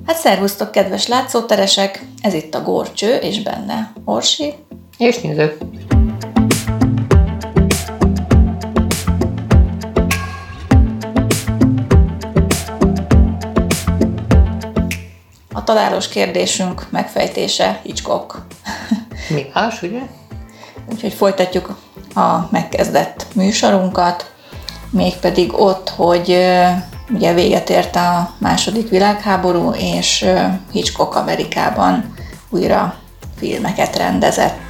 Hát szervusztok, kedves látszóteresek! Ez itt a Górcső, és benne Orsi. És néző. A találós kérdésünk megfejtése Hitchcock. Mi más, ugye? Úgyhogy folytatjuk a megkezdett műsorunkat, mégpedig ott, hogy ugye véget ért a II. Világháború, és Hitchcock Amerikában újra filmeket rendezett.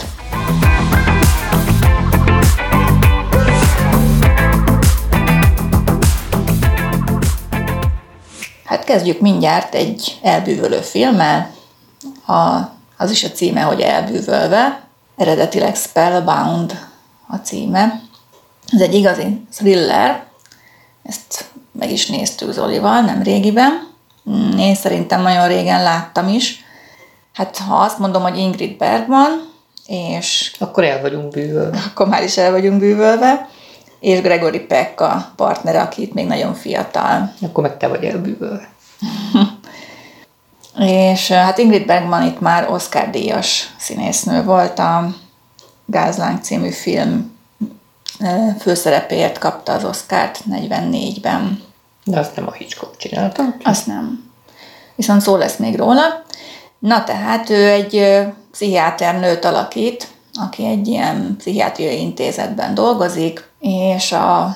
Hát kezdjük mindjárt egy elbűvölő filmmel, az is a címe, hogy Elbűvölve, eredetileg Spellbound a címe. Ez egy igazi thriller, ezt meg is néztük Zolival nem régiben. Én szerintem nagyon régen láttam is. Hát ha azt mondom, hogy Ingrid Bergman, és... Akkor el vagyunk bűvölve. Akkor már is el vagyunk bűvölve. És Gregory Peck a partnere, aki itt még nagyon fiatal. Akkor meg te vagy elbűvölve. És hát Ingrid Bergman itt már Oscar-díjas színésznő volt, a Gázláng című film főszerepéért kapta az Oscart 44-ben. De azt nem a Hitchcock csinálta? Azt nem. Viszont szó lesz még róla. Na tehát ő egy pszichiáter nőt alakít, aki egy ilyen pszichiátriai intézetben dolgozik, és a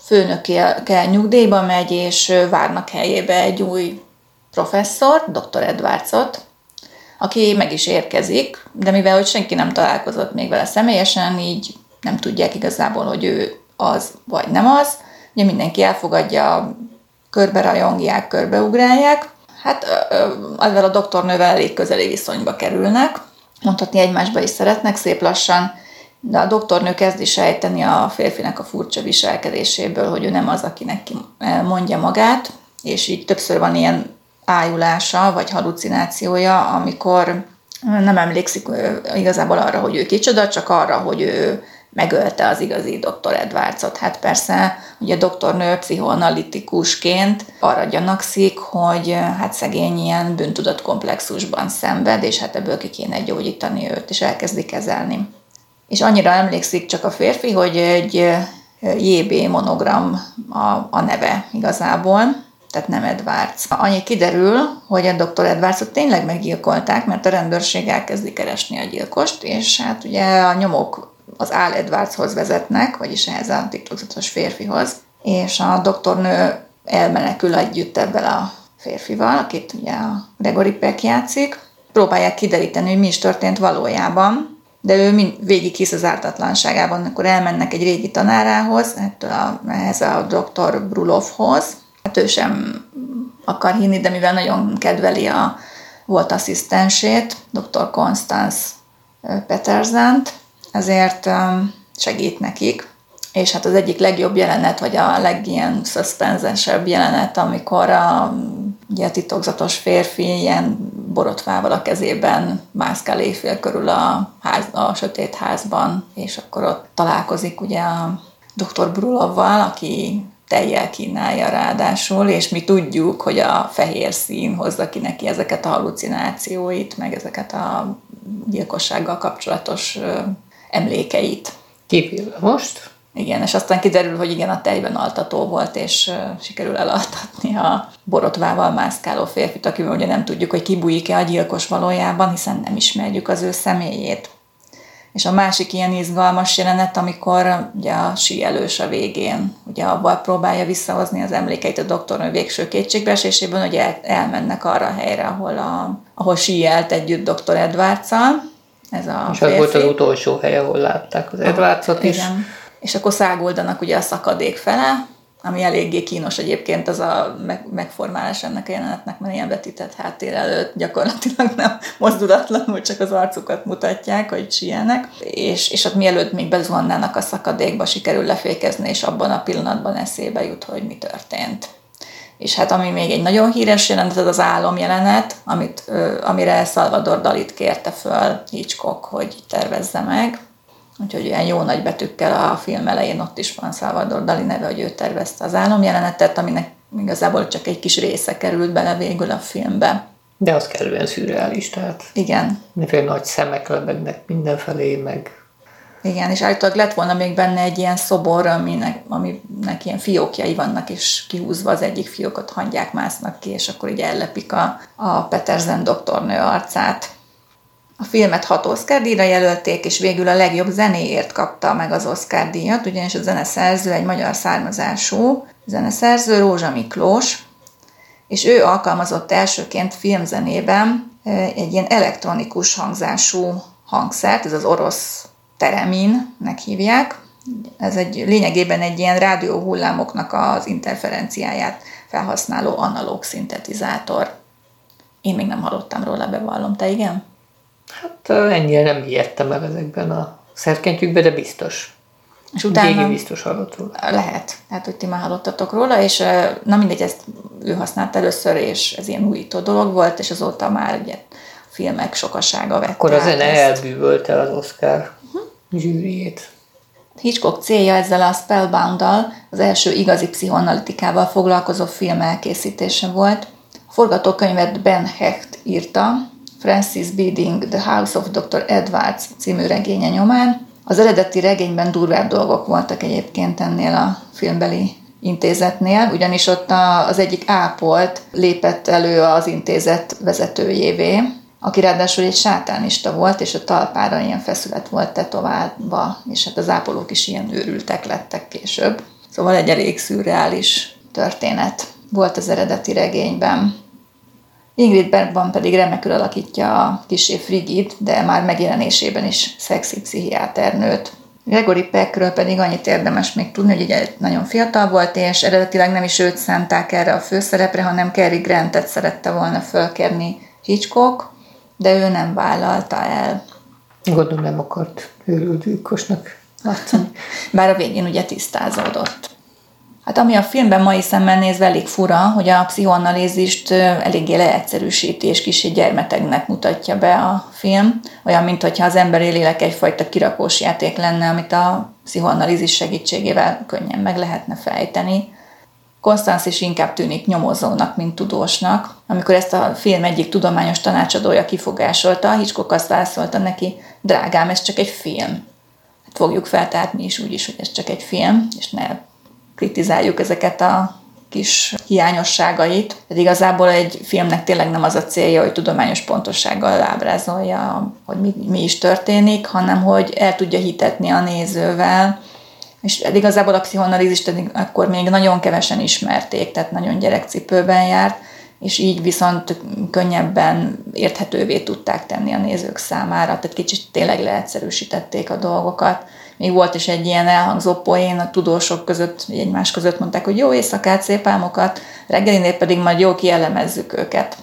főnöke nyugdíjba megy, és várnak helyébe egy új professzor, dr. Edwardsot, aki meg is érkezik, de mivel hogy senki nem találkozott még vele személyesen, így nem tudják igazából, hogy ő az vagy nem az. Ugye mindenki elfogadja, körbe rajongják, körbeugrálják. Hát azzal a doktornővel elég közeli viszonyba kerülnek. Mondhatni egymásba is szeretnek szép lassan, de a doktornő kezdi sejteni a férfinek a furcsa viselkedéséből, hogy ő nem az, akinek mondja magát, és így többször van ilyen ájulása, vagy halucinációja, amikor nem emlékszik igazából arra, hogy ő kicsoda, csak arra, hogy ő megölte az igazi dr. Edwardsot. Hát persze, ugye a doktornő pszichoanalitikusként arra gyanakszik, hogy hát szegény ilyen bűntudatkomplexusban szenved, és hát ebből ki kéne gyógyítani őt, és elkezdi kezelni. És annyira emlékszik csak a férfi, hogy egy JB monogram a neve igazából, tehát nem Edwards. Annyi kiderül, hogy a dr. Edwardsot tényleg meggyilkolták, mert a rendőrség elkezdi keresni a gyilkost, és hát ugye a nyomok az Al Edwardshoz vezetnek, vagyis ehhez a titokzatos férfihoz, és a doktornő elmenekül együtt ebből a férfival, akit ugye a Gregory Peck játszik. Próbálják kideríteni, hogy mi is történt valójában, de ő végig hisz az ártatlanságában, akkor elmennek egy régi tanárához, ehhez a dr. Brulovhoz. Hát ő sem akar hinni, de mivel nagyon kedveli a volt asszisztensét, dr. Constance Petersent, ezért segít nekik. És hát az egyik legjobb jelenet, vagy a legilyen szöszpenzesebb jelenet, amikor ugye a titokzatos férfi ilyen borotvával a kezében mászkál éjfél körül a sötét házban, és akkor ott találkozik ugye a dr. Brulovval, aki tejjel kínálja ráadásul, és mi tudjuk, hogy a fehér szín hozza ki neki ezeket a halucinációit, meg ezeket a gyilkossággal kapcsolatos emlékeit. Kivéve most? Igen, és aztán kiderül, hogy igen, a tejben altató volt, és sikerül elaltatni a borotvával mászkáló férfit, akivel ugye nem tudjuk, hogy kibújik-e a gyilkos valójában, hiszen nem ismerjük az ő személyét. És a másik ilyen izgalmas jelenet, amikor ugye a síelős a végén, ugye abban próbálja visszahozni az emlékeit a doktornő végső kétségbeesésében, hogy elmennek arra a helyre, ahol síelt együtt dr. Edwardsszal. Ez a és férfi. az volt az utolsó hely, ahol látták az Edwardsot is. Igen. És akkor száguldanak ugye a szakadék fele, ami eléggé kínos egyébként az a megformálás ennek a jelenetnek, mert ilyen vetített háttér előtt gyakorlatilag nem mozdulatlanul csak az arcukat mutatják, hogy síelnek, és ott mielőtt még bezuhannának a szakadékba, sikerül lefékezni, és abban a pillanatban eszébe jut, hogy mi történt. És hát ami még egy nagyon híres jelenet, az az álomjelenet, amire Salvador Dalit kérte föl Hitchcock, hogy tervezze meg. Úgyhogy ilyen jó nagy betűkkel a film elején ott is van Salvador Dali neve, hogy ő tervezte az álomjelenetet, aminek igazából csak egy kis része került bele végül a filmbe. De az kellően szürreális, tehát Igen. mindenféle nagy szemek lebegnek mindenfelé, meg... Igen, és állítólag lett volna még benne egy ilyen szobor, aminek ilyen fiókjai vannak, és kihúzva az egyik fiókot hangyák másznak ki, és akkor így ellepik a Petersen doktornő arcát. A filmet 6 Oscar-díjra jelölték, és végül a legjobb zenéért kapta meg az Oscar-díjat, ugyanis a zeneszerző egy magyar származású zeneszerző, Rózsa Miklós, és ő alkalmazott elsőként filmzenében egy ilyen elektronikus hangzású hangszert, ez az orosz tereminnek hívják. Ez lényegében egy ilyen rádióhullámoknak az interferenciáját felhasználó analóg szintetizátor. Én még nem hallottam róla, bevallom. Te igen? Hát ennyire nem ijedtem el ezekben a szerkentyűkben, de biztos. És utána biztos hallott róla. Lehet, hogy ti már hallottatok róla, és na mindegy, ezt ő használt először, és ez ilyen újító dolog volt, és azóta már ugye a filmek sokasága vette. Akkor a zene elbűvölte az Oscar zsűriét. Hitchcock célja ezzel a Spellbound-dal az első igazi pszichoanalitikával foglalkozó film elkészítése volt. A forgatókönyvet Ben Hecht írta, Francis Beading The House of Dr. Edwards című regénye nyomán. Az eredeti regényben durvább dolgok voltak egyébként ennél a filmbeli intézetnél, ugyanis ott az egyik ápolt lépett elő az intézet vezetőjévé, aki ráadásul egy sátánista volt, és a talpára ilyen feszület volt tetoválva, és hát az ápolók is ilyen őrültek lettek később. Szóval egy elég szürreális történet volt az eredeti regényben. Ingrid Bergman pedig remekül alakítja a kissé frigid, de már megjelenésében is szexi pszichiáternőt. Gregory Peckről pedig annyit érdemes még tudni, hogy ugye nagyon fiatal volt, és eredetileg nem is őt szánták erre a főszerepre, hanem Cary Grantet szerette volna fölkérni Hitchcock, de ő nem vállalta el. Gondolom nem akart őrült gyilkosnak látszani. Bár a végén ugye tisztázódott. Hát ami a filmben mai szemmel nézve elég fura, hogy a pszichoanalízist eléggé leegyszerűsíti és kicsi gyermetegnek mutatja be a film, olyan, mintha az emberi lélek egyfajta kirakós játék lenne, amit a pszichoanalízis segítségével könnyen meg lehetne fejteni. Constance is inkább tűnik nyomozónak, mint tudósnak. Amikor ezt a film egyik tudományos tanácsadója kifogásolta, Hitchcock azt válaszolta neki, drágám, ez csak egy film. Hát fogjuk fel, tehát mi is úgy is, hogy ez csak egy film, és ne kritizáljuk ezeket a kis hiányosságait. Tehát igazából egy filmnek tényleg nem az a célja, hogy tudományos pontossággal ábrázolja, hogy mi is történik, hanem hogy el tudja hitetni a nézővel. És igazából a pszichoanalízist akkor még nagyon kevesen ismerték, tehát nagyon gyerekcipőben járt, és így viszont könnyebben érthetővé tudták tenni a nézők számára, tehát kicsit tényleg leegyszerűsítették a dolgokat. Még volt is egy ilyen elhangzó poén a tudósok között, egymás között mondták, hogy jó éjszakát, szép álmokat, reggelinél pedig majd jól kielemezzük őket.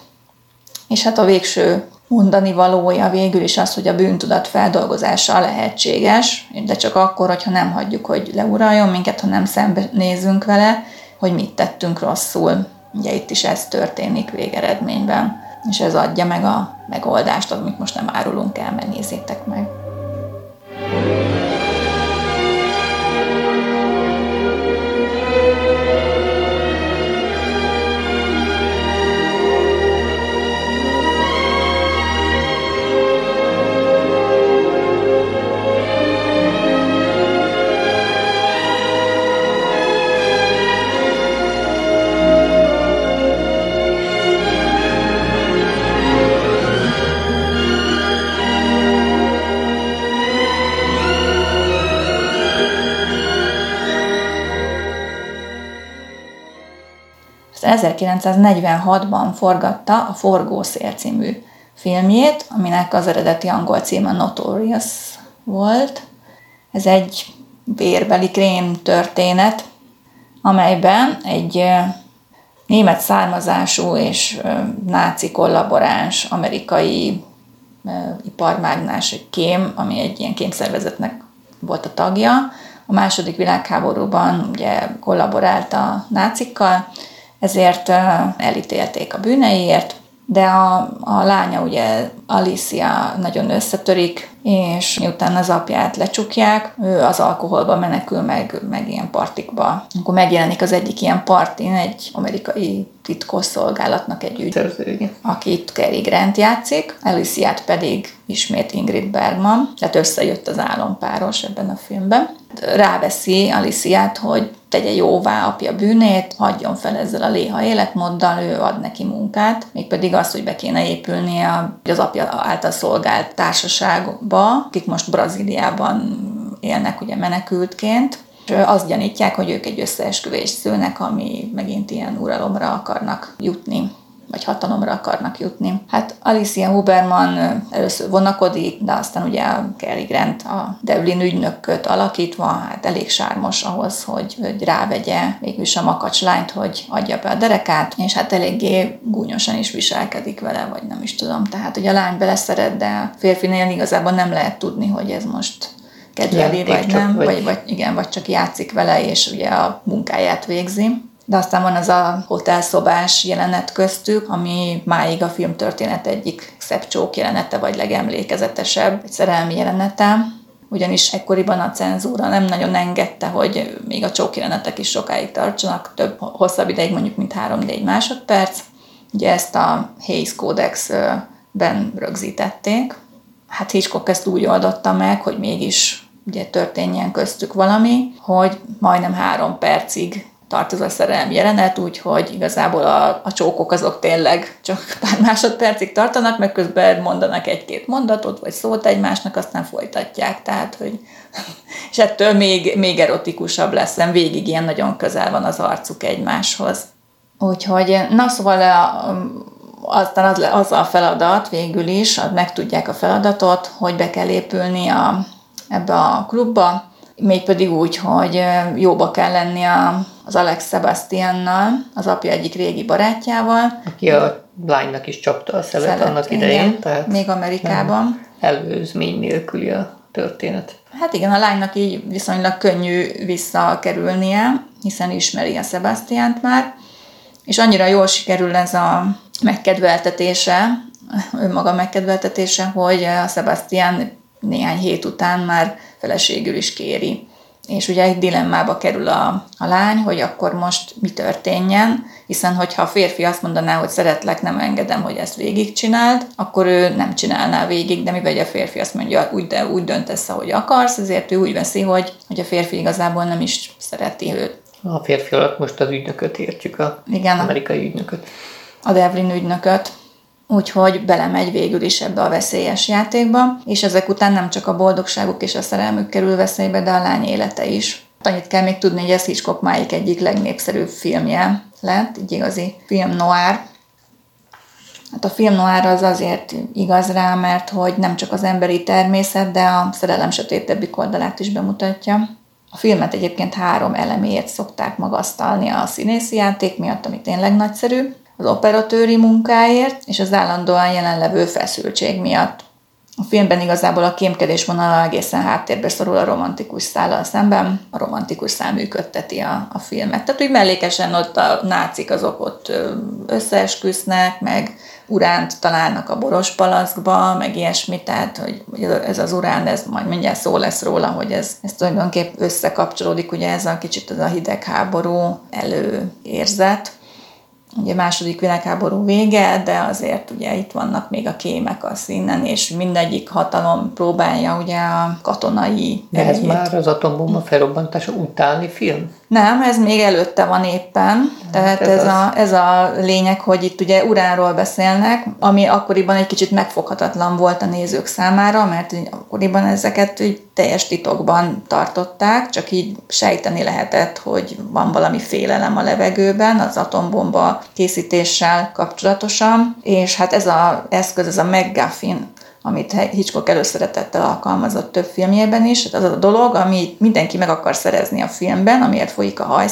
És hát a végső mondani valója végül is az, hogy a bűntudat feldolgozása lehetséges, de csak akkor, hogyha nem hagyjuk, hogy leuraljon minket, ha nem szembenézünk vele, hogy mit tettünk rosszul. Ugye itt is ez történik végeredményben, és ez adja meg a megoldást, amit most nem árulunk el, mert nézzétek meg. Ezt 1946-ban forgatta a Forgószél című filmjét, aminek az eredeti angol címe Notorious volt. Ez egy vérbeli krém történet, amelyben egy német származású és náci kollaboráns amerikai iparmágnás, egy kém, ami egy ilyen kémszervezetnek volt a tagja. A második világháborúban ugye kollaborált a nácikkal, ezért elítélték a bűneiért, de a lánya ugye Alicia nagyon összetörik, és miután az apját lecsukják, ő az alkoholba menekül meg ilyen partikba. Akkor megjelenik az egyik ilyen partin egy amerikai titkosszolgálatnak egy ügyszerzője, akit Cary Grant játszik, Aliciát pedig ismét Ingrid Bergman, tehát összejött az álompáros ebben a filmben. Ráveszi Aliciát, hogy tegye jóvá apja bűnét, hagyjon fel ezzel a léha életmóddal, ő ad neki munkát, mégpedig az, hogy be kéne épülnie az apja által szolgált társaságba, akik most Brazíliában élnek ugye menekültként, és azt gyanítják, hogy ők egy összeesküvést szőnek, ami megint ilyen uralomra akarnak jutni, vagy hatalomra akarnak jutni. Hát Alicia Huberman először vonakodik, de aztán ugye Cary Grant a Devlin ügynököt alakítva, hát elég sármos ahhoz, hogy rávegye végülis a makacs lányt, hogy adja be a derekát, és hát eléggé gúnyosan is viselkedik vele, vagy nem is tudom. Tehát ugye a lány beleszeret, de a férfinél igazából nem lehet tudni, hogy ez most kedveli, vagy nem, vagy csak játszik vele, és ugye a munkáját végzi. De aztán van az a hotelszobás jelenet köztük, ami máig a filmtörténet egyik szebb csók jelenete, vagy legemlékezetesebb, egy szerelmi jelenete. Ugyanis ekkoriban a cenzúra nem nagyon engedte, hogy még a csók jelenetek is sokáig tartsanak, hosszabb ideig, mondjuk mint 3-4 másodperc. Ugye ezt a Hays Códexben rögzítették. Hát Hitchcock ezt úgy oldotta meg, hogy mégis ugye történjen köztük valami, hogy majdnem 3 percig tart ez a szerelmi jelenet, úgyhogy igazából a csókok azok tényleg csak pár másodpercig tartanak, meg közben mondanak 1-2 mondatot, vagy szót egymásnak, aztán folytatják, tehát, hogy és ettől még erotikusabb lesz, végig ilyen nagyon közel van az arcuk egymáshoz. Úgyhogy, na szóval aztán az a feladat végül is, megtudják a feladatot, hogy be kell épülni ebbe a klubba, mégpedig úgy, hogy jóba kell lenni az Alex Sebastiannal, az apja egyik régi barátjával. Aki a lánynak is csapta a szelet annak idején. Igen, tehát még Amerikában. Előzmény nélküli a történet. Hát igen, a lánynak így viszonylag könnyű visszakerülnie, hiszen ismeri a Sebastiant már, és annyira jól sikerül ez a megkedveltetése, önmaga megkedveltetése, hogy a Sebastian néhány hét után már feleségül is kéri. És ugye egy dilemmába kerül a lány, hogy akkor most mi történjen, hiszen hogyha a férfi azt mondaná, hogy szeretlek, nem engedem, hogy ezt végigcsináld, akkor ő nem csinálná végig, de mivel a férfi azt mondja, úgy döntesz, ahogy akarsz, ezért ő úgy veszi, hogy a férfi igazából nem is szereti őt. A férfi alatt most az ügynököt értjük, az amerikai ügynököt. A Devlin ügynököt. Úgyhogy belemegy végül is ebbe a veszélyes játékba, és ezek után nem csak a boldogságuk és a szerelmük kerül veszélybe, de a lány élete is. Annyit kell még tudni, hogy ez Hitchcock máig egyik legnépszerűbb filmje lett, egy igazi film noir. Hát a film noir az azért igaz rá, mert hogy nem csak az emberi természet, de a szerelem sötétebbik oldalát is bemutatja. A filmet egyébként 3 eleméért szokták magasztalni a színészi játék miatt, ami tényleg nagyszerű, az operatőri munkáért és az állandóan jelenlevő feszültség miatt. A filmben igazából a kémkedés vonala egészen háttérbe szorul a romantikus szállal szemben, a romantikus szál működteti a filmet. Tehát úgy mellékesen ott a nácik azok ott összeesküsznek, meg uránt találnak a borospalackba, meg ilyesmi, tehát hogy ez az urán, ez majd mindjárt szó lesz róla, hogy ez tulajdonképp összekapcsolódik, ugye ez a kicsit az a hidegháború előérzet. Ugye második világháború vége, de azért ugye itt vannak még a kémek a színen, és mindegyik hatalom próbálja ugye a katonai erejét. Ez már az atombomba felrobbantása utáni film? Nem, ez még előtte van éppen. Tehát ez a lényeg, hogy itt ugye uránról beszélnek, ami akkoriban egy kicsit megfoghatatlan volt a nézők számára, mert akkoriban ezeket így teljes titokban tartották, csak így sejteni lehetett, hogy van valami félelem a levegőben az atombomba készítéssel kapcsolatosan, és hát ez az eszköz, ez a MacGuffin, amit Hitchcock előszeretettel alkalmazott több filmjében is, az a dolog, amit mindenki meg akar szerezni a filmben, amiért folyik a hajsza,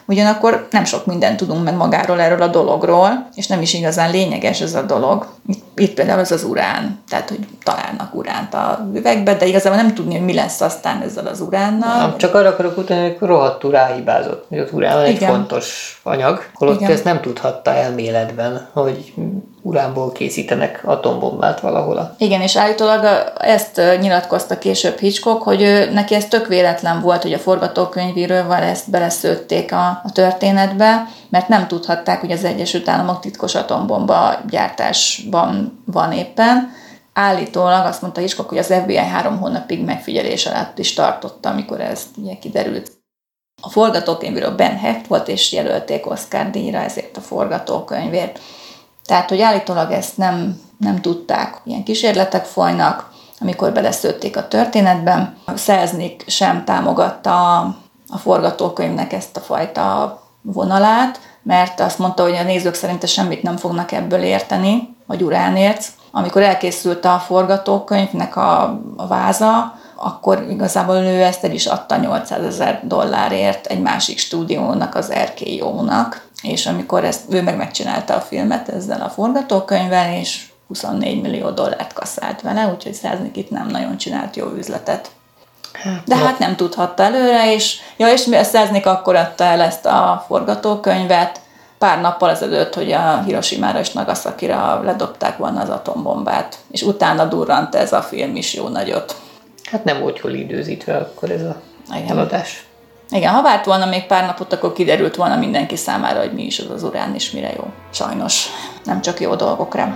ugyanakkor nem sok mindent tudunk meg magáról erről a dologról, és nem is igazán lényeges ez a dolog. Itt például az urán, tehát hogy találnak uránt a üvegbe, de igazából nem tudni, hogy mi lesz aztán ezzel az uránnal. Nem, csak arra akarok utalni, hogy rohadtul ráhibázott, hogy ott urán egy fontos anyag, holott ezt nem tudhatta elméletben, hogy uránból készítenek atombombát valahol. Igen, és állítólag ezt nyilatkozta később Hitchcock, hogy neki ez tök véletlen volt, hogy a forgatókönyvíróval ezt beleszőtték a történetbe, mert nem tudhatták, hogy az Egyesült Államok titkos atombomba gyártásban van éppen. Állítólag azt mondta Hitchcock, hogy az FBI 3 hónapig megfigyelés alatt is tartotta, amikor ez ugye kiderült. A forgatókönyvíró Ben Hecht volt, és jelölték Oscar-díjra ezért a forgatókönyvért. Tehát, hogy állítólag ezt nem tudták, ilyen kísérletek folynak, amikor beleszőtték a történetben. Selznick sem támogatta a forgatókönyvnek ezt a fajta vonalát, mert azt mondta, hogy a nézők szerint semmit nem fognak ebből érteni, vagy uránért. Amikor elkészült a forgatókönyvnek a váza, akkor igazából ő ezt el is adta $800,000 egy másik stúdiónak, az RKO-nak, és amikor ő megcsinálta a filmet ezzel a forgatókönyvvel, és $24 millió kasszált vele, úgyhogy Selznick itt nem nagyon csinált jó üzletet. De hát nem tudhatta előre, és Selznick akkor adta el ezt a forgatókönyvet, pár nappal ezelőtt, hogy a Hiroshimára és Nagasakira ledobták volna az atombombát, és utána durrant ez a film is jó nagyot. Hát nem volt jól időzítve akkor ez a eladás. Igen, ha várt volna még pár napot, akkor kiderült volna mindenki számára, hogy mi is az urán és mire jó. Sajnos nem csak jó dolgokra.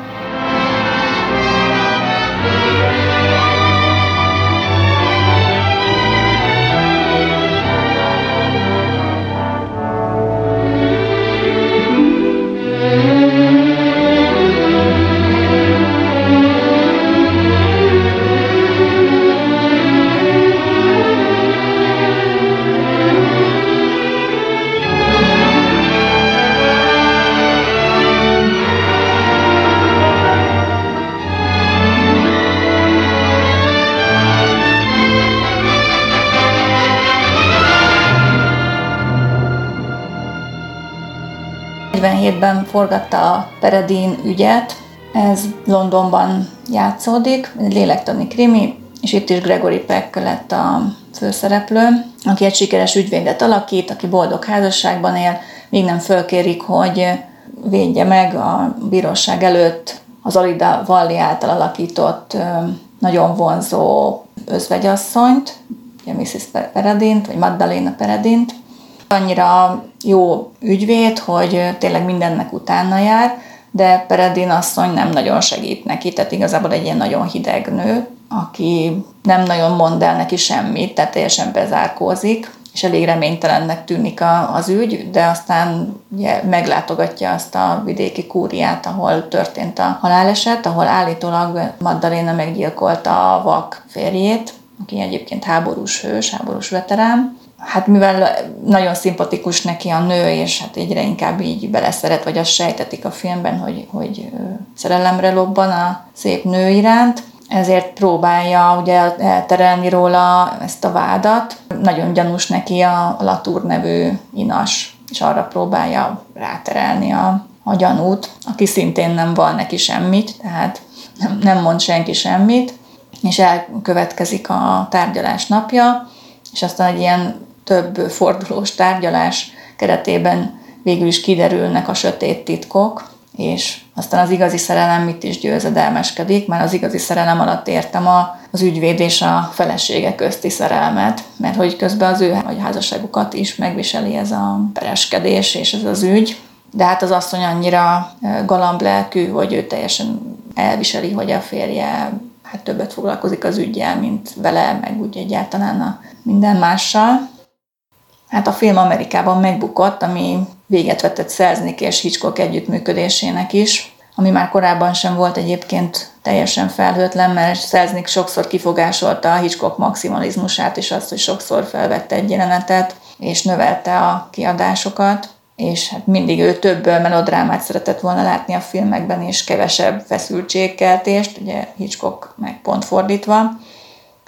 Ben forgatta a Peredine ügyet, ez Londonban játszódik, egy lélektani krimi, és itt is Gregory Peck lett a főszereplő, aki egy sikeres ügyvédet alakít, aki boldog házasságban él, még nem fölkérik, hogy védje meg a bíróság előtt az Alida Valli által alakított nagyon vonzó özvegyasszonyt, Mrs. Peredint, vagy Magdalena Peredint. Annyira jó ügyvéd, hogy tényleg mindennek utána jár, de Peredin asszony nem nagyon segít neki, tehát igazából egy ilyen nagyon hideg nő, aki nem nagyon mond el neki semmit, tehát teljesen bezárkózik, és elég reménytelennek tűnik az ügy, de aztán ugye meglátogatja azt a vidéki kúriát, ahol történt a haláleset, ahol állítólag Magdalena meggyilkolta a vak férjét, aki egyébként háborús hős, háborús veterán. Hát mivel nagyon szimpatikus neki a nő, és hát egyre inkább így beleszeret, vagy azt sejtetik a filmben, hogy szerelemre lobban a szép nő iránt, ezért próbálja ugye elterelni róla ezt a vádat. Nagyon gyanús neki a Latour nevű inas, és arra próbálja ráterelni a gyanút, aki szintén nem val neki semmit, tehát nem mond senki semmit, és elkövetkezik a tárgyalás napja, és aztán egy ilyen több fordulós tárgyalás keretében végül is kiderülnek a sötét titkok, és aztán az igazi szerelem mit is győzedelmeskedik, mert az igazi szerelem alatt értem az ügyvéd és a felesége közti szerelmet, mert hogy közben az ő házasságukat is megviseli ez a pereskedés és ez az ügy, de hát az asszony annyira galamblelkű, hogy ő teljesen elviseli, hogy a férje hát többet foglalkozik az üggyel, mint vele, meg úgy egyáltalán a minden mással. Hát a film Amerikában megbukott, ami véget vetett Selznick és Hitchcock együttműködésének is, ami már korábban sem volt egyébként teljesen felhőtlen, mert Selznick sokszor kifogásolta a Hitchcock maximalizmusát, és azt, hogy sokszor felvette egy jelenetet, és növelte a kiadásokat, és hát mindig ő több melodrámát szeretett volna látni a filmekben, és kevesebb feszültségkeltést, ugye Hitchcock meg pont fordítva.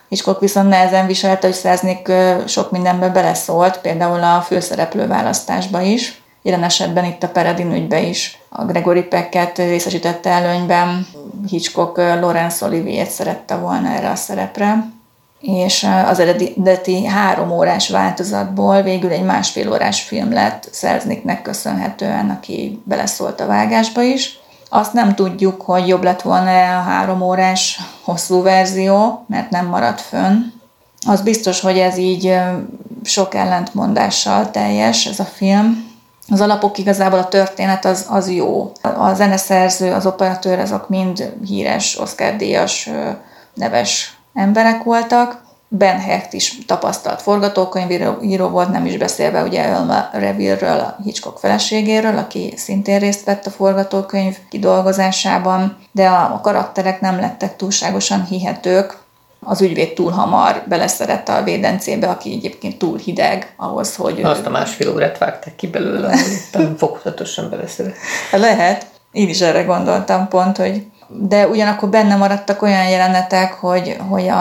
Hitchcock viszont nehezen viselte, hogy Selznick sok mindenbe beleszólt, például a főszereplő választásba is. Jelen esetben itt a Peredin ügybe is. A Gregory Pecket részesítette előnyben, Hitchcock Laurence Olivier-t szerette volna erre a szerepre, és az eredeti 3 órás változatból végül egy 1,5 órás film lett Selznicknek köszönhetően, aki beleszólt a vágásba is. Azt nem tudjuk, hogy jobb lett volna a 3 órás hosszú verzió, mert nem maradt fönn. Az biztos, hogy ez így sok ellentmondással teljes ez a film. Az alapok igazából, a történet az jó. A zeneszerző, az operatőr, azok mind híres, Oscar-díjas, neves emberek voltak. Ben Hecht is tapasztalt forgatókönyvíró volt, nem is beszélve ugye Elma Reville-ről, a Hitchcock feleségéről, aki szintén részt vett a forgatókönyv kidolgozásában, de a karakterek nem lettek túlságosan hihetők. Az ügyvéd túl hamar beleszerett a védencébe, aki egyébként túl hideg ahhoz, hogy... Azt a 1,5 órát vágták ki belőle, hogy fokozatosan beleszerett. Lehet, én is erre gondoltam pont, hogy... De ugyanakkor benne maradtak olyan jelenetek, hogy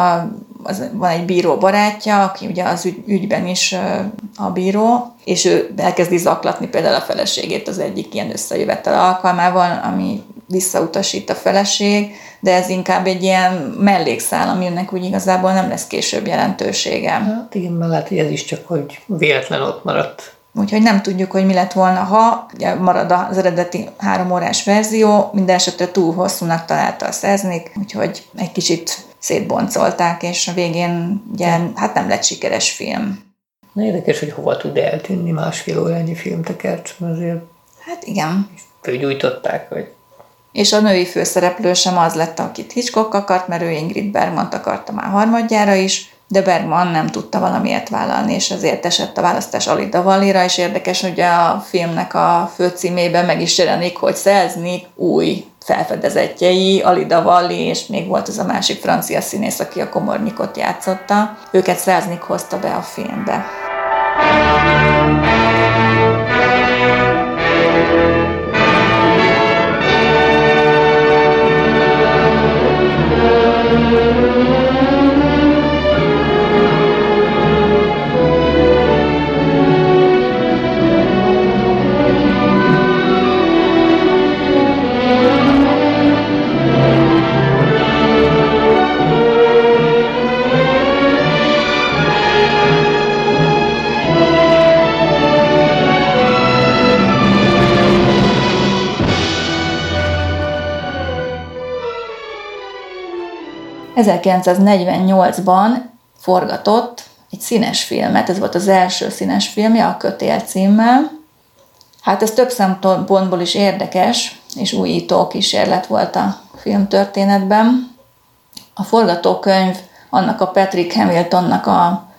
van egy bíró barátja, aki ugye az ügyben is a bíró, és ő elkezdi zaklatni például a feleségét az egyik ilyen összejövetel alkalmával, ami visszautasít a feleség, de ez inkább egy ilyen mellékszál, aminek úgy igazából nem lesz később jelentősége. Hát igen, mert lehet, hogy ez is csak, hogy véletlen ott maradt. Úgyhogy nem tudjuk, hogy mi lett volna, ha ugye marad az eredeti 3 órás verzió, minden esetre túl hosszúnak találta a Selznick, úgyhogy egy kicsit szétboncolták, és a végén ugye, hát nem lett sikeres film. Na érdekes, hogy hova tud eltűnni 1,5 órányi filmtekercs, azért... Hát igen. Fölgyújtották, hogy... És a női főszereplő sem az lett, akit Hitchcock akart, mert ő Ingrid Bergmant akarta már harmadjára is, de Bergman nem tudta valamiért vállalni, és ezért esett a választás Alida Valli-ra, és érdekes, hogy a filmnek a főcímében meg is jelenik, hogy Selznick új felfedezettjei, Alida Valli, és még volt az a másik francia színész, aki a Komornyikot játszotta. Őket Selznick hozta be a filmbe. ...1948-ban forgatott egy színes filmet, ez volt az első színes filmje, a Kötél címmel. Hát ez több szempontból is érdekes, és újító kísérlet volt a filmtörténetben. A forgatókönyv annak a Patrick Hamiltonnak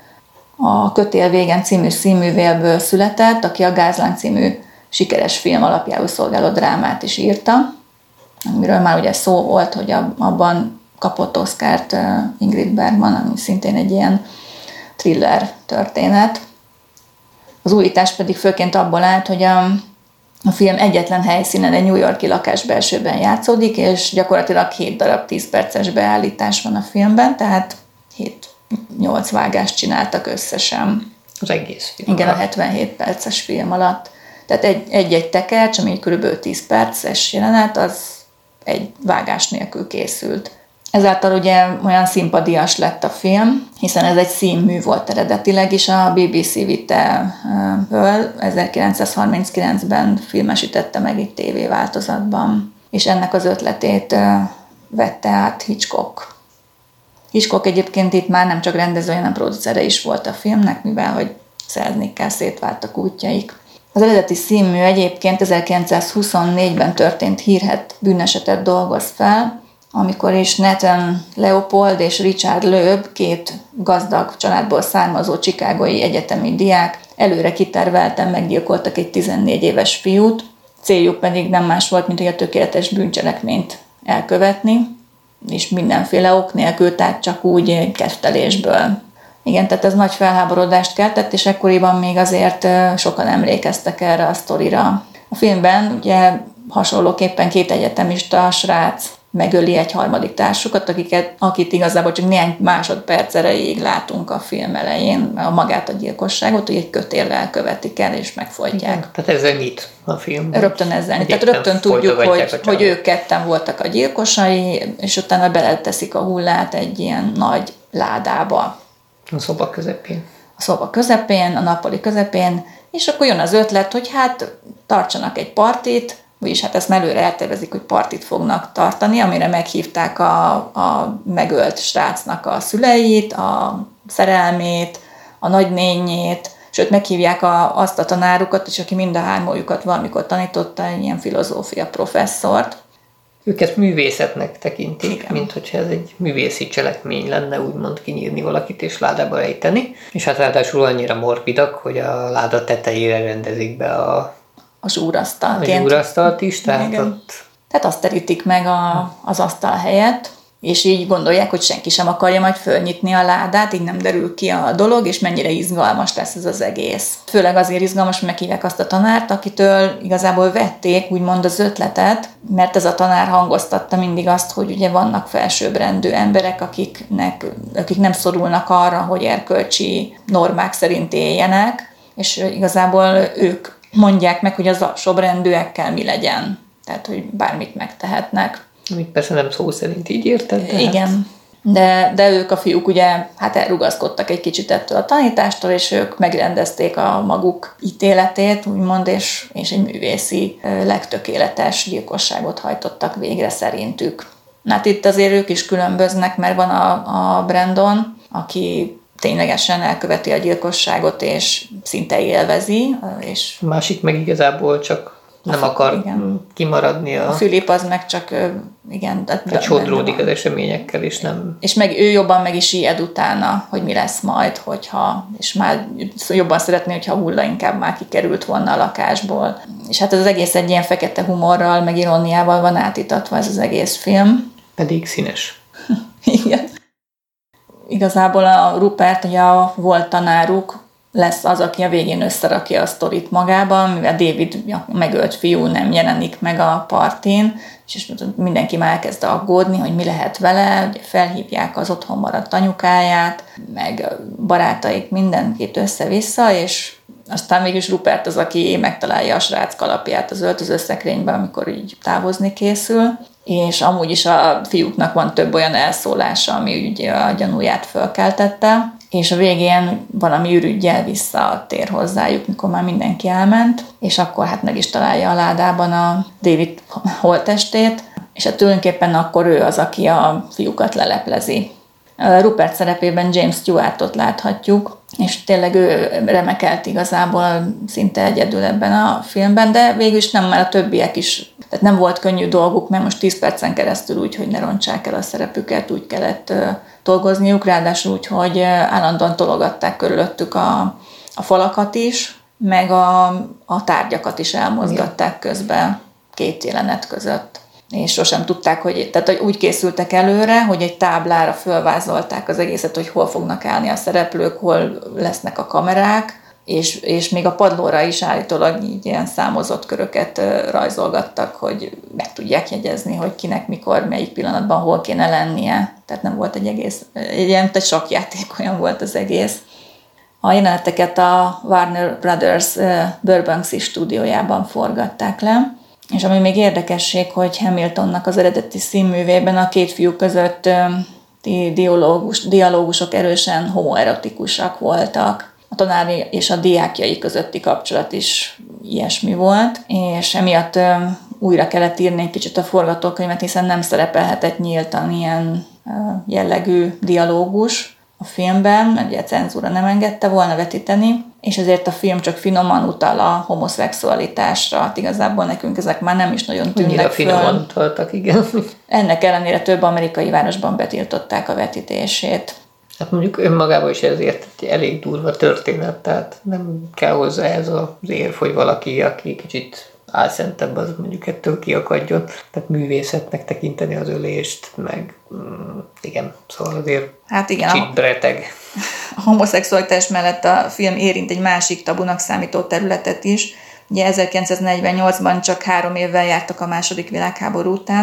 a Kötél végen című színművéből született, aki a Gázláng című sikeres film alapjául szolgáló drámát is írta, amiről már ugye szó volt, hogy abban kapott Oscart Ingrid Bergman, ami szintén egy ilyen thriller történet. Az újítás pedig főként abból állt, hogy a film egyetlen helyszínen egy New York-i lakásbelsőben játszódik, és gyakorlatilag 7 darab 10 perces beállítás van a filmben, tehát 7-8 vágást csináltak összesen. Az egész film. Igen, a 77 perces film alatt. Tehát egy-egy tekercs, ami kb. 10 perces jelenet, az egy vágás nélkül készült. Ezáltal ugye olyan színpadias lett a film, hiszen ez egy színmű volt eredetileg, és a BBC vitte föl, 1939-ben filmesítette meg itt tévéváltozatban, és ennek az ötletét vette át Hitchcock. Hitchcock egyébként itt már nem csak rendezője, hanem producere is volt a filmnek, mivel hogy Selznickkel szétváltak útjaik. Az eredeti színmű egyébként 1924-ben történt hírhedt bűnesetet dolgoz fel, amikor is Nathan Leopold és Richard Loeb, 2 gazdag családból származó chicagói egyetemi diák előre kitervelten meggyilkoltak egy 14 éves fiút, céljuk pedig nem más volt, mint hogy a tökéletes bűncselekményt elkövetni, és mindenféle ok nélkül, tehát csak úgy kettelésből. Igen, tehát ez nagy felháborodást keltett, és ekkoriban még azért sokan emlékeztek erre a sztorira. A filmben ugye hasonlóképpen 2 egyetemista srác megöli egy harmadik társukat, akit igazából csak néhány másodperc erejéig látunk a film elején, magát a gyilkosságot, hogy egy kötéllel követik el és megfojtják. Tehát ezzel nyit a film. Rögtön ezzel nyit. Tehát rögtön tudjuk, hogy ők ketten voltak a gyilkosai, és utána beleteszik a hullát egy ilyen nagy ládába. A szoba közepén. A szoba közepén, a nappali közepén, és akkor jön az ötlet, hogy hát tartsanak egy partit, vagyis hát ezt előre eltervezik, hogy partit fognak tartani, amire meghívták a megölt srácnak a szüleit, a szerelmét, a nagynényét, sőt meghívják azt a tanárukat is, aki mind a hármójukat valamikor tanította, egy ilyen filozófia professzort. Őket művészetnek tekintik, igen, mint hogyha ez egy művészi cselekmény lenne, úgymond kinyírni valakit és ládába rejteni. És hát ráadásul annyira morbidak, hogy a láda tetejére rendezik be a zsúrasztalt is, tehát azt terítik meg az asztal helyett, és így gondolják, hogy senki sem akarja majd fölnyitni a ládát, így nem derül ki a dolog, és mennyire izgalmas lesz ez az egész. Főleg azért izgalmas, hogy meghívják azt a tanárt, akitől igazából vették úgymond az ötletet, mert ez a tanár hangoztatta mindig azt, hogy ugye vannak felsőbbrendű emberek, akik nem szorulnak arra, hogy erkölcsi normák szerint éljenek, és igazából ők mondják meg, hogy az alsóbrendűekkel mi legyen. Tehát, hogy bármit megtehetnek. Amit persze nem szó szerint így érted, de igen, de ők a fiúk ugye hát elrugaszkodtak egy kicsit ettől a tanítástól, és ők megrendezték a maguk ítéletét, úgymond, és egy művészi, legtökéletes gyilkosságot hajtottak végre szerintük. Hát itt azért ők is különböznek, mert van a Brandon, aki ténylegesen elköveti a gyilkosságot, és szinte élvezi. És másik meg igazából csak nem akar kimaradni. A Philip az meg csak, igen. Tehát sodródik az eseményekkel, és nem... És meg ő jobban meg is ijed utána, hogy mi lesz majd, és már jobban szeretné, hogyha Hulla inkább már kikerült volna a lakásból. És hát ez az egész egy ilyen fekete humorral, meg iróniával van átítatva ez az egész film. Pedig színes. Igen. Igazából a Rupert, ugye a volt tanáruk, lesz az, aki a végén összerakja a sztorit magában, mivel David megölt fiú nem jelenik meg a partin, és mindenki már elkezd aggódni, hogy mi lehet vele, ugye felhívják az otthon maradt anyukáját, meg barátaik, mindenkit össze-vissza, és aztán mégis Rupert az, aki megtalálja a srác kalapját az öltözőszekrényben, amikor így távozni készül, és amúgy is a fiúknak van több olyan elszólása, ami ugye a gyanúját fölkeltette, és a végén valami ürüggyel visszatér hozzájuk, mikor már mindenki elment, és akkor hát meg is találja a ládában a David holttestét, és hát tulajdonképpen akkor ő az, aki a fiúkat leleplezi. Rupert szerepében James Stewartot láthatjuk, és tényleg ő remekelt igazából szinte egyedül ebben a filmben, de végül is nem, mert a többiek is, tehát nem volt könnyű dolguk, mert most 10 percen keresztül úgy, hogy ne rontsák el a szerepüket, úgy kellett dolgozniuk, ráadásul úgy, hogy állandóan tologatták körülöttük a falakat is, meg a tárgyakat is elmozgatták közben 2 jelenet között. És sosem tudták, tehát úgy készültek előre, hogy egy táblára fölvázolták az egészet, hogy hol fognak állni a szereplők, hol lesznek a kamerák, és még a padlóra is állítólag így ilyen számozott köröket rajzolgattak, hogy meg tudják jegyezni, hogy kinek, mikor, melyik pillanatban hol kéne lennie. Tehát nem volt egy sakkjáték, olyan volt az egész. A jeleneteket a Warner Brothers Burbank-i stúdiójában forgatták le, és ami még érdekesség, hogy Hamiltonnak az eredeti színművében a 2 fiú között dialógusok erősen homoerotikusak voltak. A tanár és a diákjai közötti kapcsolat is ilyesmi volt, és emiatt újra kellett írni egy kicsit a forgatókönyvet, hiszen nem szerepelhetett nyíltan ilyen jellegű dialógus a filmben, ugye a cenzúra nem engedte volna vetíteni, és ezért a film csak finoman utal a homoszexualitásra. Hát igazából nekünk ezek már nem is nagyon tűnnek föl. Finoman utaltak, igen. Ennek ellenére több amerikai városban betiltották a vetítését. Hát mondjuk önmagában is ezért egy elég durva történet, tehát nem kell hozzá ez az érv, hogy valaki, aki kicsit álszentebb, az mondjuk ettől kiakadjon. Tehát művészetnek tekinteni az ölést, meg igen, szóval azért hát igen, kicsit breteg. A homoszexualitás mellett a film érint egy másik tabunak számító területet is. Ugye 1948-ban csak 3 évvel jártak a II. Világháború után,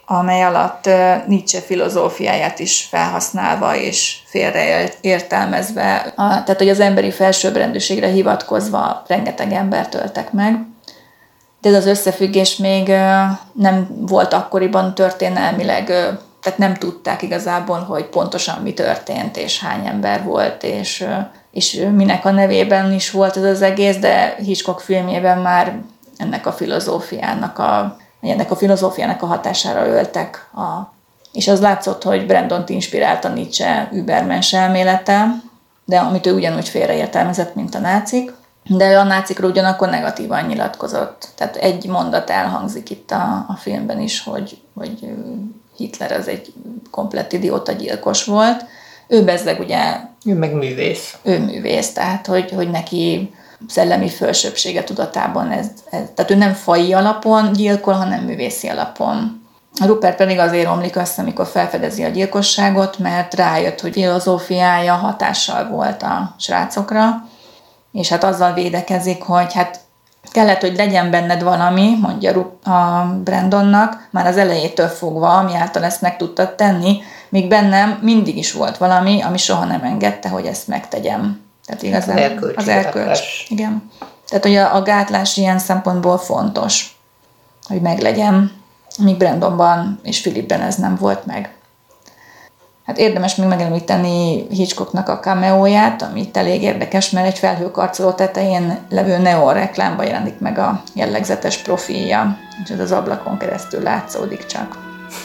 amely alatt Nietzsche filozófiáját is felhasználva és félreértelmezve, tehát hogy az emberi felsőbbrendűségre hivatkozva rengeteg embert öltek meg. De ez az összefüggés még nem volt akkoriban történelmileg, tehát nem tudták igazából, hogy pontosan mi történt, és hány ember volt, és minek a nevében is volt ez az egész, de Hitchcock filmjében már ennek a filozófiának a hatására öltek. És az látszott, hogy Brandont inspirálta Nietzsche übermens elmélete, de amit ő ugyanúgy félreértelmezett, mint a nácik. De a nácikról ugyanakkor negatívan nyilatkozott. Tehát egy mondat elhangzik itt a filmben is, hogy Hitler az egy komplett idióta gyilkos volt. Ő bezzeg ugye... Ő meg művész. Ő művész, tehát hogy neki szellemi fölsőbbsége tudatában tehát ő nem faji alapon gyilkol, hanem művészi alapon. Rupert pedig azért omlik össze, amikor felfedezi a gyilkosságot, mert rájött, hogy filozófiája hatással volt a srácokra, és hát azzal védekezik, hogy hát kellett, hogy legyen benned valami, mondja a Brandonnak, már az elejétől fogva, ami által ezt meg tudtad tenni, míg bennem mindig is volt valami, ami soha nem engedte, hogy ezt megtegyem. Tehát igazán az erkölcs. Igen. Tehát, hogy a gátlás ilyen szempontból fontos, hogy meglegyen, míg Brandonban és Philipben ez nem volt meg. Hát érdemes még megemlíteni Hitchcocknak a cameóját, ami itt elég érdekes, mert egy felhőkarcoló tetején levő neon reklámban jelenik meg a jellegzetes profilja, és ez az ablakon keresztül látszódik csak.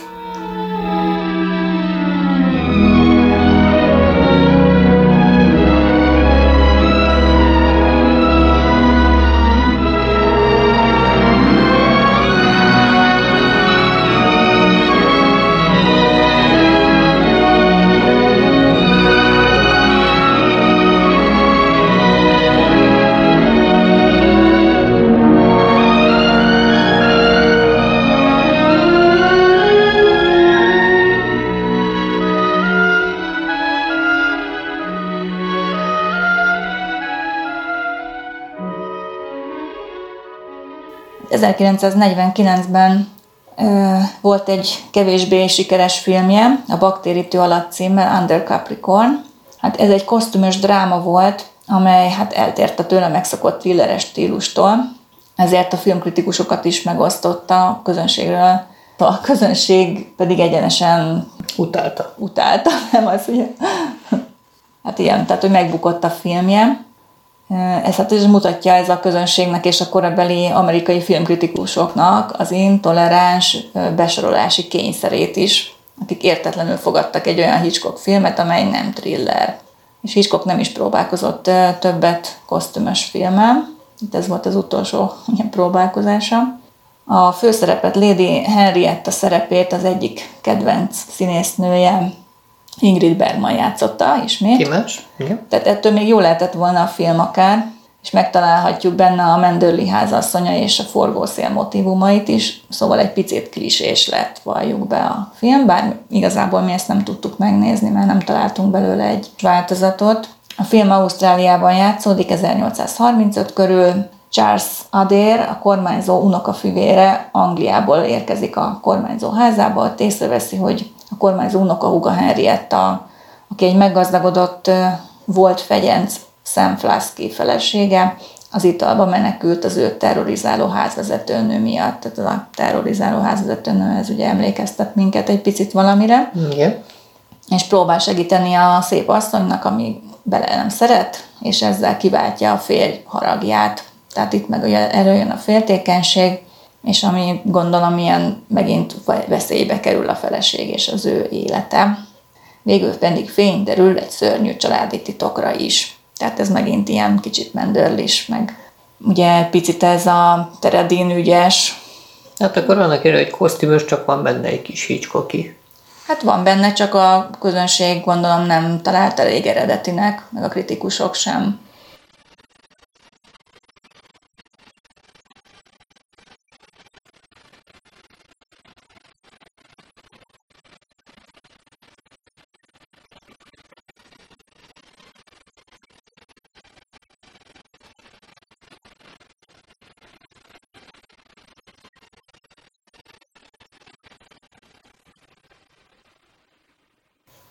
...1949-ben volt egy kevésbé sikeres filmje, a Baktérítő alatt címmel, Under Capricorn. Hát ez egy kosztümös dráma volt, amely hát eltért a tőle megszokott thrilleres stílustól, ezért a filmkritikusokat is megosztotta a közönségről. A közönség pedig egyenesen utálta, nem az, ugye? Hát igen, tehát hogy megbukott a filmje. Ez hát is mutatja ez a közönségnek és a korabeli amerikai filmkritikusoknak az intoleráns besorolási kényszerét is, akik értetlenül fogadtak egy olyan Hitchcock filmet, amely nem thriller. És Hitchcock nem is próbálkozott többet kosztümös filmmel. Itt ez volt az utolsó ilyen próbálkozása. A főszerepet, Lady Henrietta szerepét az egyik kedvenc színésznője, Ingrid Bergman játszotta ismét. Kimás? Igen. Tehát ettől még jó lehetett volna a film akár, és megtalálhatjuk benne a Manderly házasszonya és a forgószél motívumait is, szóval egy picit klisés lett, valljuk be a film, bár igazából mi ezt nem tudtuk megnézni, mert nem találtunk belőle egy változatot. A film Ausztráliában játszódik 1835 körül. Charles Adair, a kormányzó unokafivére Angliából érkezik a kormányzó házába, ott észreveszi, hogy a kormányzó unokahúga Henrietta, aki egy meggazdagodott volt fegyenc Sam Flasky felesége, az italba menekült az őt terrorizáló házvezetőnő miatt. Tehát a terrorizáló házvezetőnő, ez ugye emlékeztet minket egy picit valamire. Igen. És próbál segíteni a szép asszonynak, ami bele nem szeret, és ezzel kiváltja a férj haragját. Tehát itt meg előjön a féltékenység, és ami gondolom ilyen megint veszélybe kerül a feleség és az ő élete. Végül pedig fény derül egy szörnyű családi titokra is. Tehát ez megint ilyen kicsit Manderly-s, meg ugye picit ez a Teredin ügyes. Hát akkor annak erő, hogy kosztümös, csak van benne egy kis Hitchcocki. Hát van benne, csak a közönség gondolom nem talált elég eredetinek, meg a kritikusok sem.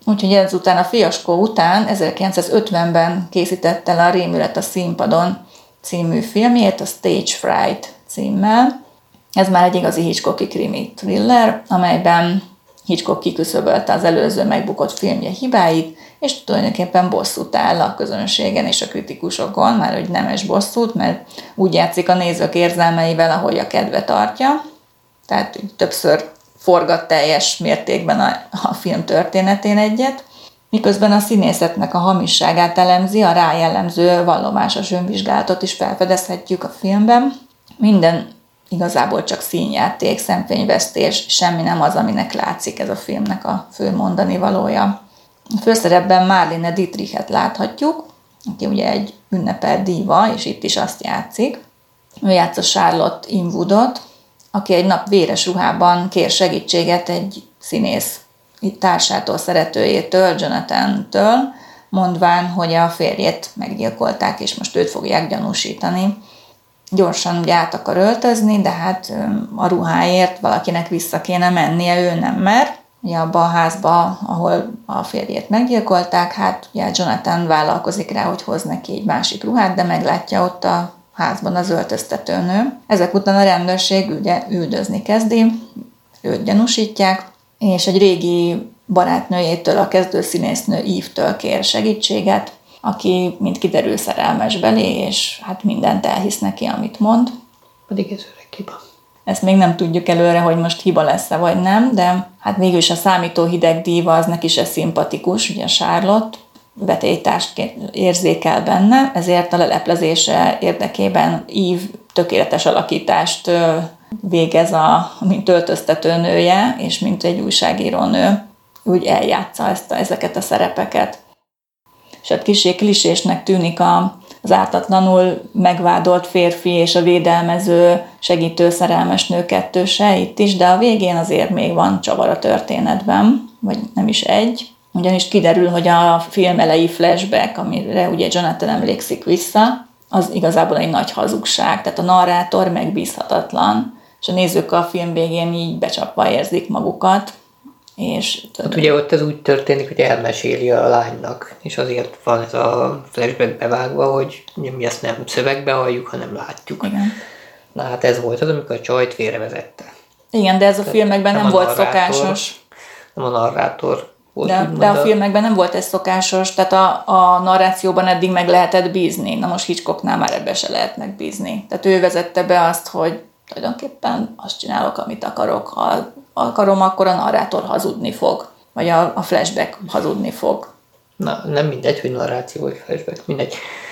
Úgyhogy ezután a fiaskó után 1950-ben készítette el a Rémület a színpadon című filmjét, a Stage Fright címmel. Ez már egy igazi Hitchcocki krimi thriller, amelyben Hitchcock kiküszöbölte az előző megbukott filmje hibáit, és tulajdonképpen bosszút áll a közönségen és a kritikusokon, már hogy nemes bosszút, mert úgy játszik a nézők érzelmeivel, ahogy a kedve tartja. Tehát többször forgat teljes mértékben a film történetén egyet, miközben a színészetnek a hamisságát elemzi, a rá jellemző vallomásos önvizsgálatot is felfedezhetjük a filmben. Minden igazából csak színjáték, szemfényvesztés, semmi nem az, aminek látszik ez a filmnek a fő mondani valója. A főszerepben Marlene Dietrichet láthatjuk, aki ugye egy ünnepelt díva, és itt is azt játszik. Ő játsza Charlotte Inwoodot, aki egy nap véres ruhában kér segítséget egy színész társától, szeretőjétől, Jonathan-től, mondván, hogy a férjét meggyilkolták, és most őt fogják gyanúsítani. Gyorsan ugye át akar öltözni, de hát a ruháért valakinek vissza kéne mennie, ő nem mer. Ugye abba a házba, ahol a férjét meggyilkolták, hát ugye Jonathan vállalkozik rá, hogy hoz neki egy másik ruhát, de meglátja ott a házban az öltöztetőnő. Ezek után a rendőrség ugye üldözni kezdi, őt gyanúsítják, és egy régi barátnőjétől, a kezdőszínésznő Eve-től kér segítséget, aki, mint kiderül, szerelmes belé, és hát mindent elhisz neki, amit mond. Pedig ez öreg hiba. Ezt még nem tudjuk előre, hogy most hiba lesz-e vagy nem, de hát végül is a számító hideg díva az neki se szimpatikus, ugye Charlotte vetélytársként érzékel benne, ezért a leleplezése érdekében Eve tökéletes alakítást végez, mint öltöztetőnője, és mint egy újságírónő, úgy eljátsza ezeket a szerepeket. És hát kissé klisésnek tűnik az ártatlanul megvádolt férfi és a védelmező, segítő szerelmes nő kettőse itt is, de a végén azért még van csavar a történetben, vagy nem is egy. Ugyanis kiderül, hogy a film elejé flashback, amire ugye Jonathan emlékszik vissza, az igazából egy nagy hazugság. Tehát a narrátor megbízhatatlan, és a nézők a film végén így becsapva érzik magukat. És hát ugye ott ez úgy történik, hogy elmeséli a lánynak, és azért van ez a flashback bevágva, hogy mi ezt nem szövegbe halljuk, hanem látjuk. Igen. Na hát ez volt az, amikor a csajt félrevezette. Igen, de ez a filmekben nem volt szokásos. Nem a narrátor volt. De a filmekben nem volt ez szokásos, tehát a narrációban eddig meg lehetett bízni. Na most Hitchcocknál már ebbe se lehet megbízni. Tehát ő vezette be azt, hogy tulajdonképpen azt csinálok, amit akarok. Ha akarom, akkor a narrátor hazudni fog. Vagy a flashback hazudni fog. Na, nem mindegy, hogy narráció vagy flashback, mindegy.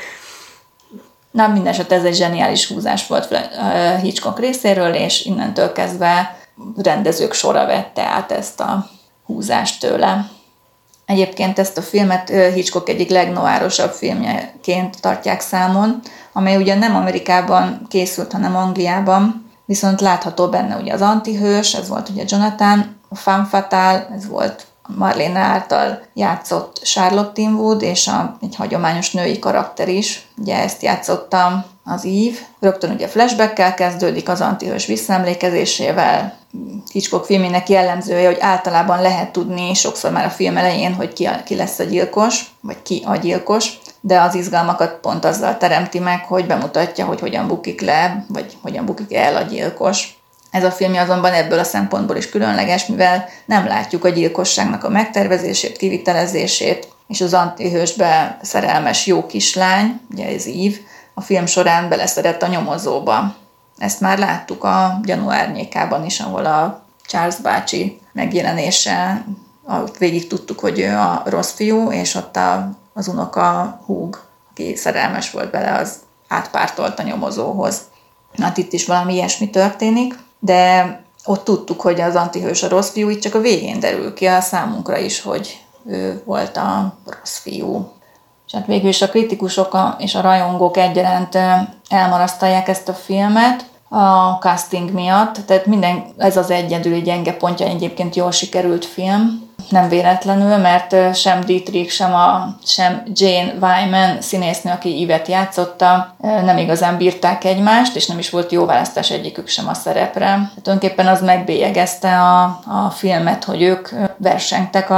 Na, mindesetre ez egy zseniális húzás volt Hitchcock részéről, és innentől kezdve rendezők sora vette át ezt a húzást tőle. Egyébként ezt a filmet Hitchcock egyik legnoárosabb filmjeként tartják számon, amely ugye nem Amerikában készült, hanem Angliában, viszont látható benne ugye az antihős, ez volt ugye Jonathan, a femme fatale, ez volt Marlene által játszott Charlotte Inwood, és egy hagyományos női karakter is, ugye ezt játszotta az Eve. Rögtön ugye flashbackkel kezdődik, az antihős visszaemlékezésével. Hitchcock filmének jellemzője, hogy általában lehet tudni sokszor már a film elején, hogy ki lesz a gyilkos, vagy ki a gyilkos, de az izgalmakat pont azzal teremti meg, hogy bemutatja, hogy hogyan bukik le, vagy hogyan bukik el a gyilkos. Ez a film azonban ebből a szempontból is különleges, mivel nem látjuk a gyilkosságnak a megtervezését, kivitelezését, és az antihősbe szerelmes jó kislány, ugye ez Eve, a film során beleszedett a nyomozóba. Ezt már láttuk a Gyanú árnyékában is, ahol a Charles bácsi megjelenése, végig tudtuk, hogy ő a rossz fiú, és ott az unoka húg, aki szerelmes volt bele, az átpártolt a nyomozóhoz. Hát itt is valami ilyesmi történik, de ott tudtuk, hogy az antihős a rossz fiú, itt csak a végén derül ki a számunkra is, hogy ő volt a rossz fiú. És hát végül is a kritikusok és a rajongók egyaránt elmarasztalják ezt a filmet a casting miatt, tehát ez az egyedüli gyenge pontja, egyébként jól sikerült film, nem véletlenül, mert sem Dietrich, sem Jane Wyman színésznő, aki Yvette játszotta, nem igazán bírták egymást, és nem is volt jó választás egyikük sem a szerepre. Tulajdonképpen az megbélyegezte a filmet, hogy ők versengtek a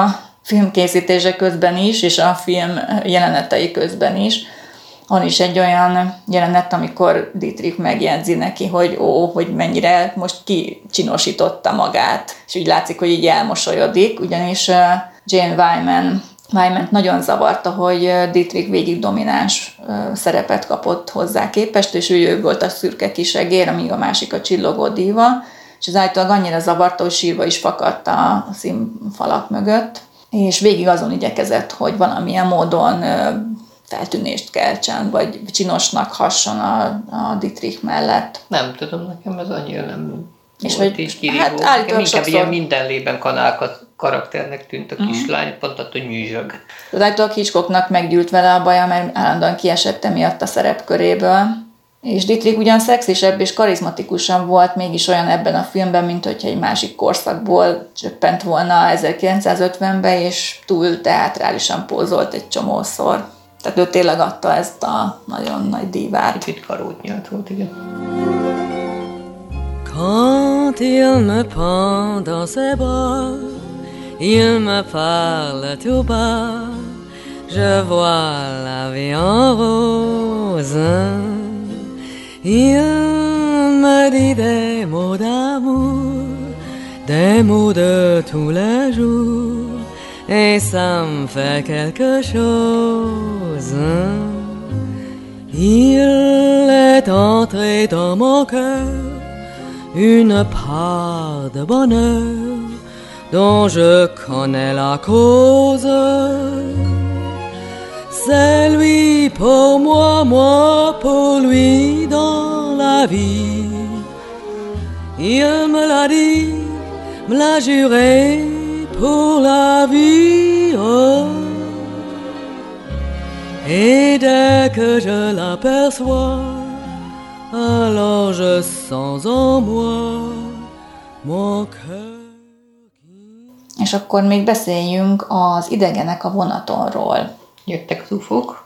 filmkészítése közben is, és a film jelenetei közben is. Van is egy olyan jelenet, amikor Dietrich megjegyzi neki, hogy mennyire most kicsinosította magát, és úgy látszik, hogy így elmosolyodik, ugyanis Jane Wyman nagyon zavarta, hogy Dietrich végig domináns szerepet kapott hozzá képest, és ő volt a szürke kisegér, amíg a másik a csillogó díva, és ez állítólag annyira zavarta, hogy sírva is fakadt a színfalak mögött, és végig azon igyekezett, hogy valamilyen módon feltűnést keltsen, vagy csinosnak hasson a Dietrich mellett. Nem tudom, nekem ez annyira nem és volt hogy, így kirívó. hát állítólag inkább sokszor... ilyen mindenlében kanál karakternek tűnt a kislány, pont attól, hogy műzsög. Az állítólag Hitchcocknak meggyűlt vele a baja, mert állandóan kiesett emiatt a szerepköréből. És Dietrich ugyan szexisebb és karizmatikusabb volt, mégis olyan ebben a filmben, mint hogyha egy másik korszakból csöppent volna 1950-ben, és túl teátrálisan pózolt egy csomószor. Tehát ő tényleg adta ezt a nagyon nagy dívát. Kicsit karótnyelt volt, igen. Quand il me prend dans ses bras, il me parle tout bas, je vois la vie en rose. Il me dit des mots d'amour, des mots de tous les jours, et ça me fait quelque chose. Il est entré dans mon cœur une part de bonheur dont je connais la cause. C'est lui pour moi, moi pour lui dans la vie. Il me l'a dit, me l'a juré pour la vie. Oh. Et dès que je l'aperçois, alors je sens en moi mon cœur. És akkor még beszéljünk az Idegenek a vonatonról. Jöttek az ufók.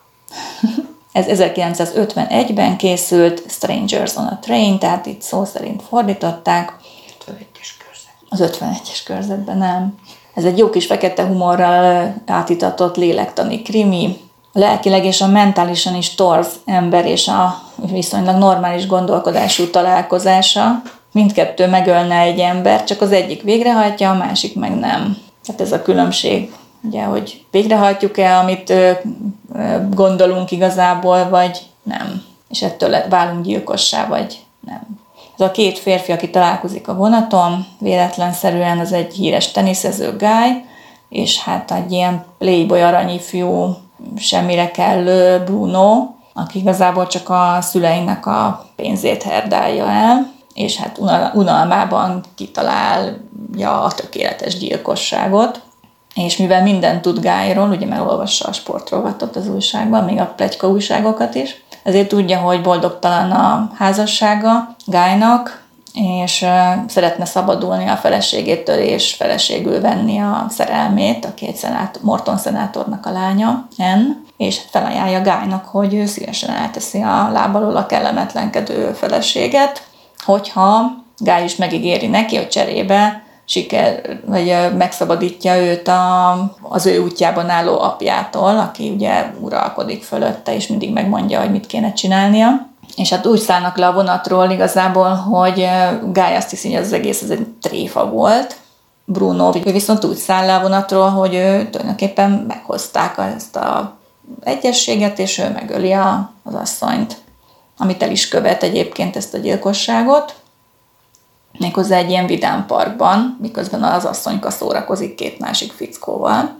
Ez 1951-ben készült, Strangers on a Train, tehát itt szó szerint fordították. 51-es körzet. Az 51-es körzetben nem. Ez egy jó kis fekete humorral átítatott lélektani krimi. A lelkileg és a mentálisan is torz ember és a viszonylag normális gondolkodású találkozása. Mindkettő megölne egy ember, csak az egyik végrehajtja, a másik meg nem. Tehát ez a különbség, ugye, hogy végrehajtjuk-e, amit gondolunk igazából, vagy nem. És ettől válunk gyilkossá, vagy nem. Ez a két férfi, aki találkozik a vonaton, véletlenszerűen az egy híres teniszező Guy, és hát egy ilyen playboy aranyifjú, semmire kellő Bruno, aki igazából csak a szüleinek a pénzét herdálja el, és hát unalmában kitalálja a tökéletes gyilkosságot. És mivel mindent tud Guyról, ugye már olvassa a sportrovatot az újságban, még a pletyka újságokat is, ezért tudja, hogy boldogtalan a házassága Guynak, és szeretne szabadulni a feleségétől, és feleségül venni a szerelmét, aki egy Morton szenátornak a lánya, Anne, és felajánlja Guynak, hogy ő szívesen elteszi a láb alól a kellemetlenkedő feleséget, hogyha Guy is megígéri neki, hogy cserébe vagy megszabadítja őt az ő útjában álló apjától, aki ugye uralkodik fölötte, és mindig megmondja, hogy mit kéne csinálnia. És hát úgy szállnak le a vonatról igazából, hogy Guy azt hiszi, hogy az egész ez egy tréfa volt. Bruno viszont úgy száll le a vonatról, hogy ő tulajdonképpen meghozták ezt az egyességet, és ő megöli az asszonyt, amit el is követ egyébként ezt a gyilkosságot. Méghozzá egy ilyen vidám parkban, miközben az asszonyka szórakozik két másik fickóval.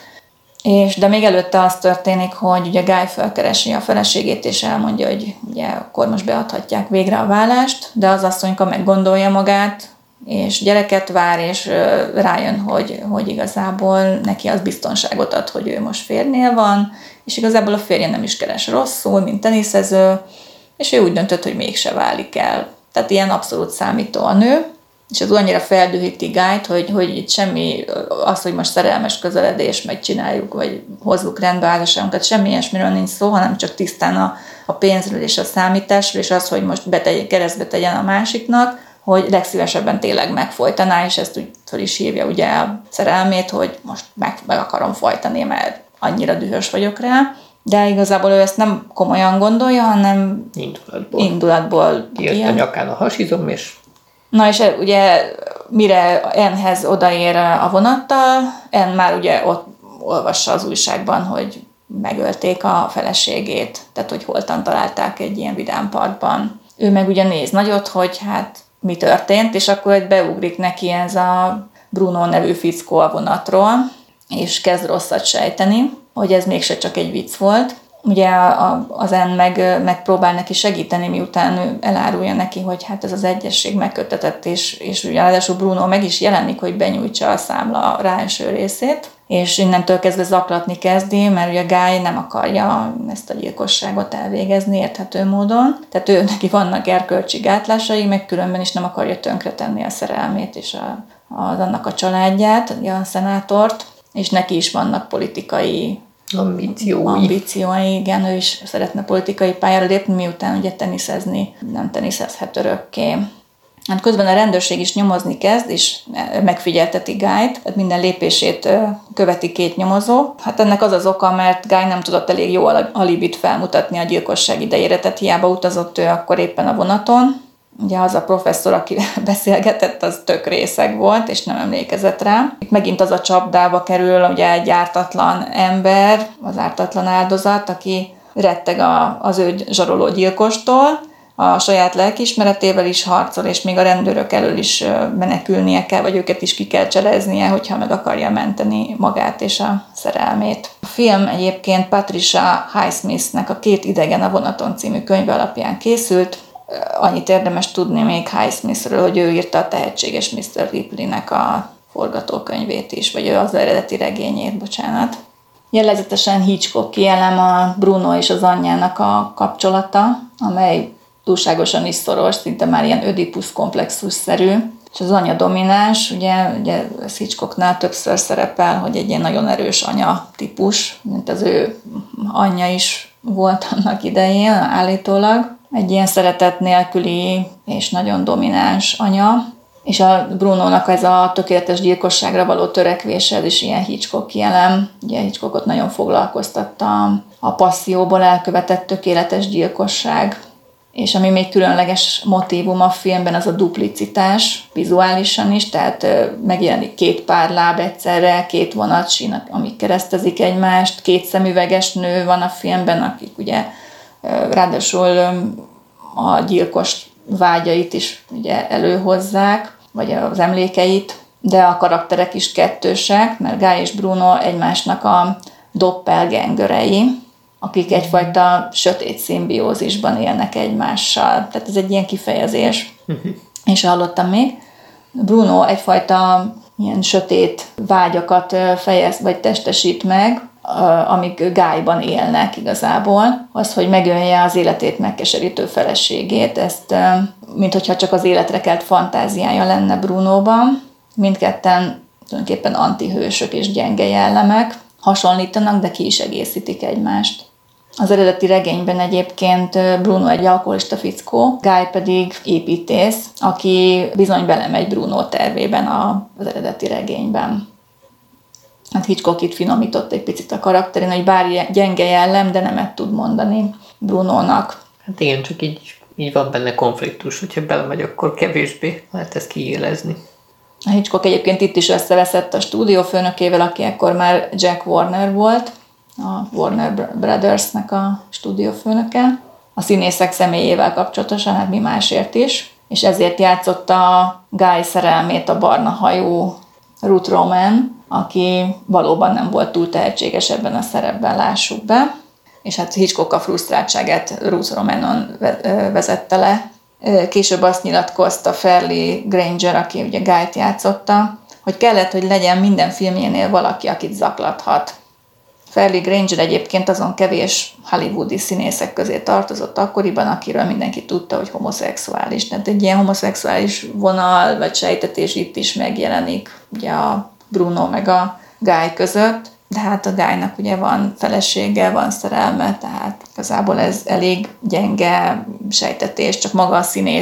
De még előtte az történik, hogy ugye Guy felkeresi a feleségét, és elmondja, hogy ugye akkor most beadhatják végre a vállást, de az asszonyka meggondolja magát, és gyereket vár, és rájön, hogy igazából neki az biztonságot ad, hogy ő most férjnél van, és igazából a férje nem is keres rosszul, mint teniszező, és ő úgy döntött, hogy mégse válik el. Tehát ilyen abszolút számító a nő, és ez annyira feldühíti Guyt, hogy itt semmi az, hogy most szerelmes közeledés, megcsináljuk, vagy hozzuk rendbe házasságunkat, semmi ilyesmiről nincs szó, hanem csak tisztán a pénzről és a számításról, és az, hogy most keresztbe tegyen a másiknak, hogy legszívesebben tényleg megfojtaná, és ezt úgy föl is hívja ugye a szerelmét, hogy most meg akarom fojtani, mert annyira dühös vagyok rá. De igazából ő ezt nem komolyan gondolja, hanem indulatból kijött a nyakán a hasizom, és... Na és ugye mire Annehez odaér a vonattal, Anne már ugye ott olvassa az újságban, hogy megölték a feleségét, tehát hogy holtan találták egy ilyen vidámparkban. Ő meg ugye néz nagyot, hogy hát mi történt, és akkor beugrik neki ez a Bruno nevű fickó a vonatról, és kezd rosszat sejteni, hogy ez mégse csak egy vicc volt. Ugye az Anne megpróbál neki segíteni, miután ő elárulja neki, hogy hát ez az egyesség megköttetett, és ugye ráadásul Bruno meg is jelenik, hogy benyújtsa a számla ráeső részét, és innentől kezdve zaklatni kezdi, mert ugye Guy nem akarja ezt a gyilkosságot elvégezni érthető módon. Tehát ő neki vannak erkölcsi gátlásai, meg különben is nem akarja tönkretenni a szerelmét és annak a családját, a szenátort, és neki is vannak politikai ambíciói, igen, ő is szeretne politikai pályára lépni, miután ugye teniszezni nem teniszezhet örökké. Hát közben a rendőrség is nyomozni kezd, és megfigyelteti Guy-t, tehát minden lépését követi két nyomozó. Hát ennek az az oka, mert Guy nem tudott elég jó alibit felmutatni a gyilkosság idejére, tehát hiába utazott ő akkor éppen a vonaton. Ugye az a professzor, aki beszélgetett, az tök részeg volt, és nem emlékezett rá. Itt megint az a csapdába kerül ugye egy ártatlan ember, az ártatlan áldozat, aki retteg az ő zsaroló gyilkostól, a saját lelkiismeretével is harcol, és még a rendőrök elől is menekülnie kell, vagy őket is ki kell cseleznie, hogyha meg akarja menteni magát és a szerelmét. A film egyébként Patricia Highsmithnek a Két idegen a vonaton című könyve alapján készült. Annyit érdemes tudni még Highsmithről, hogy ő írta a tehetséges Mr. Ripley-nek a forgatókönyvét is, vagy az eredeti regényét, bocsánat. Jellegzetesen Hitchcock-i elem a Bruno és az anyjának a kapcsolata, amely túlságosan is szoros, szinte már ilyen Ödipusz komplexusszerű, és az anya domináns, ugye Hitchcocknál többször szerepel, hogy egy ilyen nagyon erős anya típus, mint az ő anyja is volt annak idején állítólag. Egy ilyen szeretet nélküli és nagyon domináns anya, és a Brunónak ez a tökéletes gyilkosságra való törekvése, ez is ilyen Hitchcock-i elem. Ugye Hitchcockot nagyon foglalkoztatta a passzióból elkövetett tökéletes gyilkosság, és ami még különleges motívum a filmben, az a duplicitás, vizuálisan is, tehát megjelenik két pár láb egyszerre, két vonatsín, amik keresztezik egymást, két szemüveges nő van a filmben, akik ugye ráadásul a gyilkos vágyait is ugye előhozzák, vagy az emlékeit, de a karakterek is kettősek, mert Guy és Bruno egymásnak a doppelgangerei, akik egyfajta sötét szimbiózisban élnek egymással. Tehát ez egy ilyen kifejezés. És hallottam még. Bruno egyfajta ilyen sötét vágyakat fejez, vagy testesít meg, amik Guy-ban élnek igazából. Az, hogy megölje az életét megkeserítő feleségét, ezt minthogyha csak az életre kelt fantáziája lenne Brunóban. Mindketten tulajdonképpen antihősök és gyenge jellemek. Hasonlítanak, de ki is egészítik egymást. Az eredeti regényben egyébként Bruno egy alkoholista fickó, Guy pedig építész, aki bizony belemegy Bruno tervében az eredeti regényben. Hát Hitchcock itt finomított egy picit a karakterén, hogy bár gyenge jellem, de nemet tud mondani Brunónak. Hát igen, csak így van benne konfliktus, hogyha belemegy, akkor kevésbé lehet ezt kiélezni. A Hitchcock egyébként itt is összeveszett a stúdiófőnökével, aki ekkor már Jack Warner volt, a Warner Brothersnek a stúdiófőnöke. A színészek személyével kapcsolatosan, hát mi másért is, és ezért játszotta a Guy szerelmét a barna hajú Ruth Roman, aki valóban nem volt túl tehetséges ebben a szerepben, lássuk be. És hát Hitchcock a frusztráltságát Ruth Romanon vezette le. Később azt nyilatkozta Fairley Granger, aki ugye Guy-t játszotta, hogy kellett, hogy legyen minden filmjénél valaki, akit zaklathat. Fairley Granger egyébként azon kevés hollywoodi színészek közé tartozott akkoriban, akiről mindenki tudta, hogy homoszexuális. Tehát egy ilyen homoszexuális vonal vagy sejtetés itt is megjelenik ugye a Bruno meg a Guy között, de hát a Guy-nak ugye van felesége, van szerelme, tehát igazából ez elég gyenge sejtetés, csak maga a színész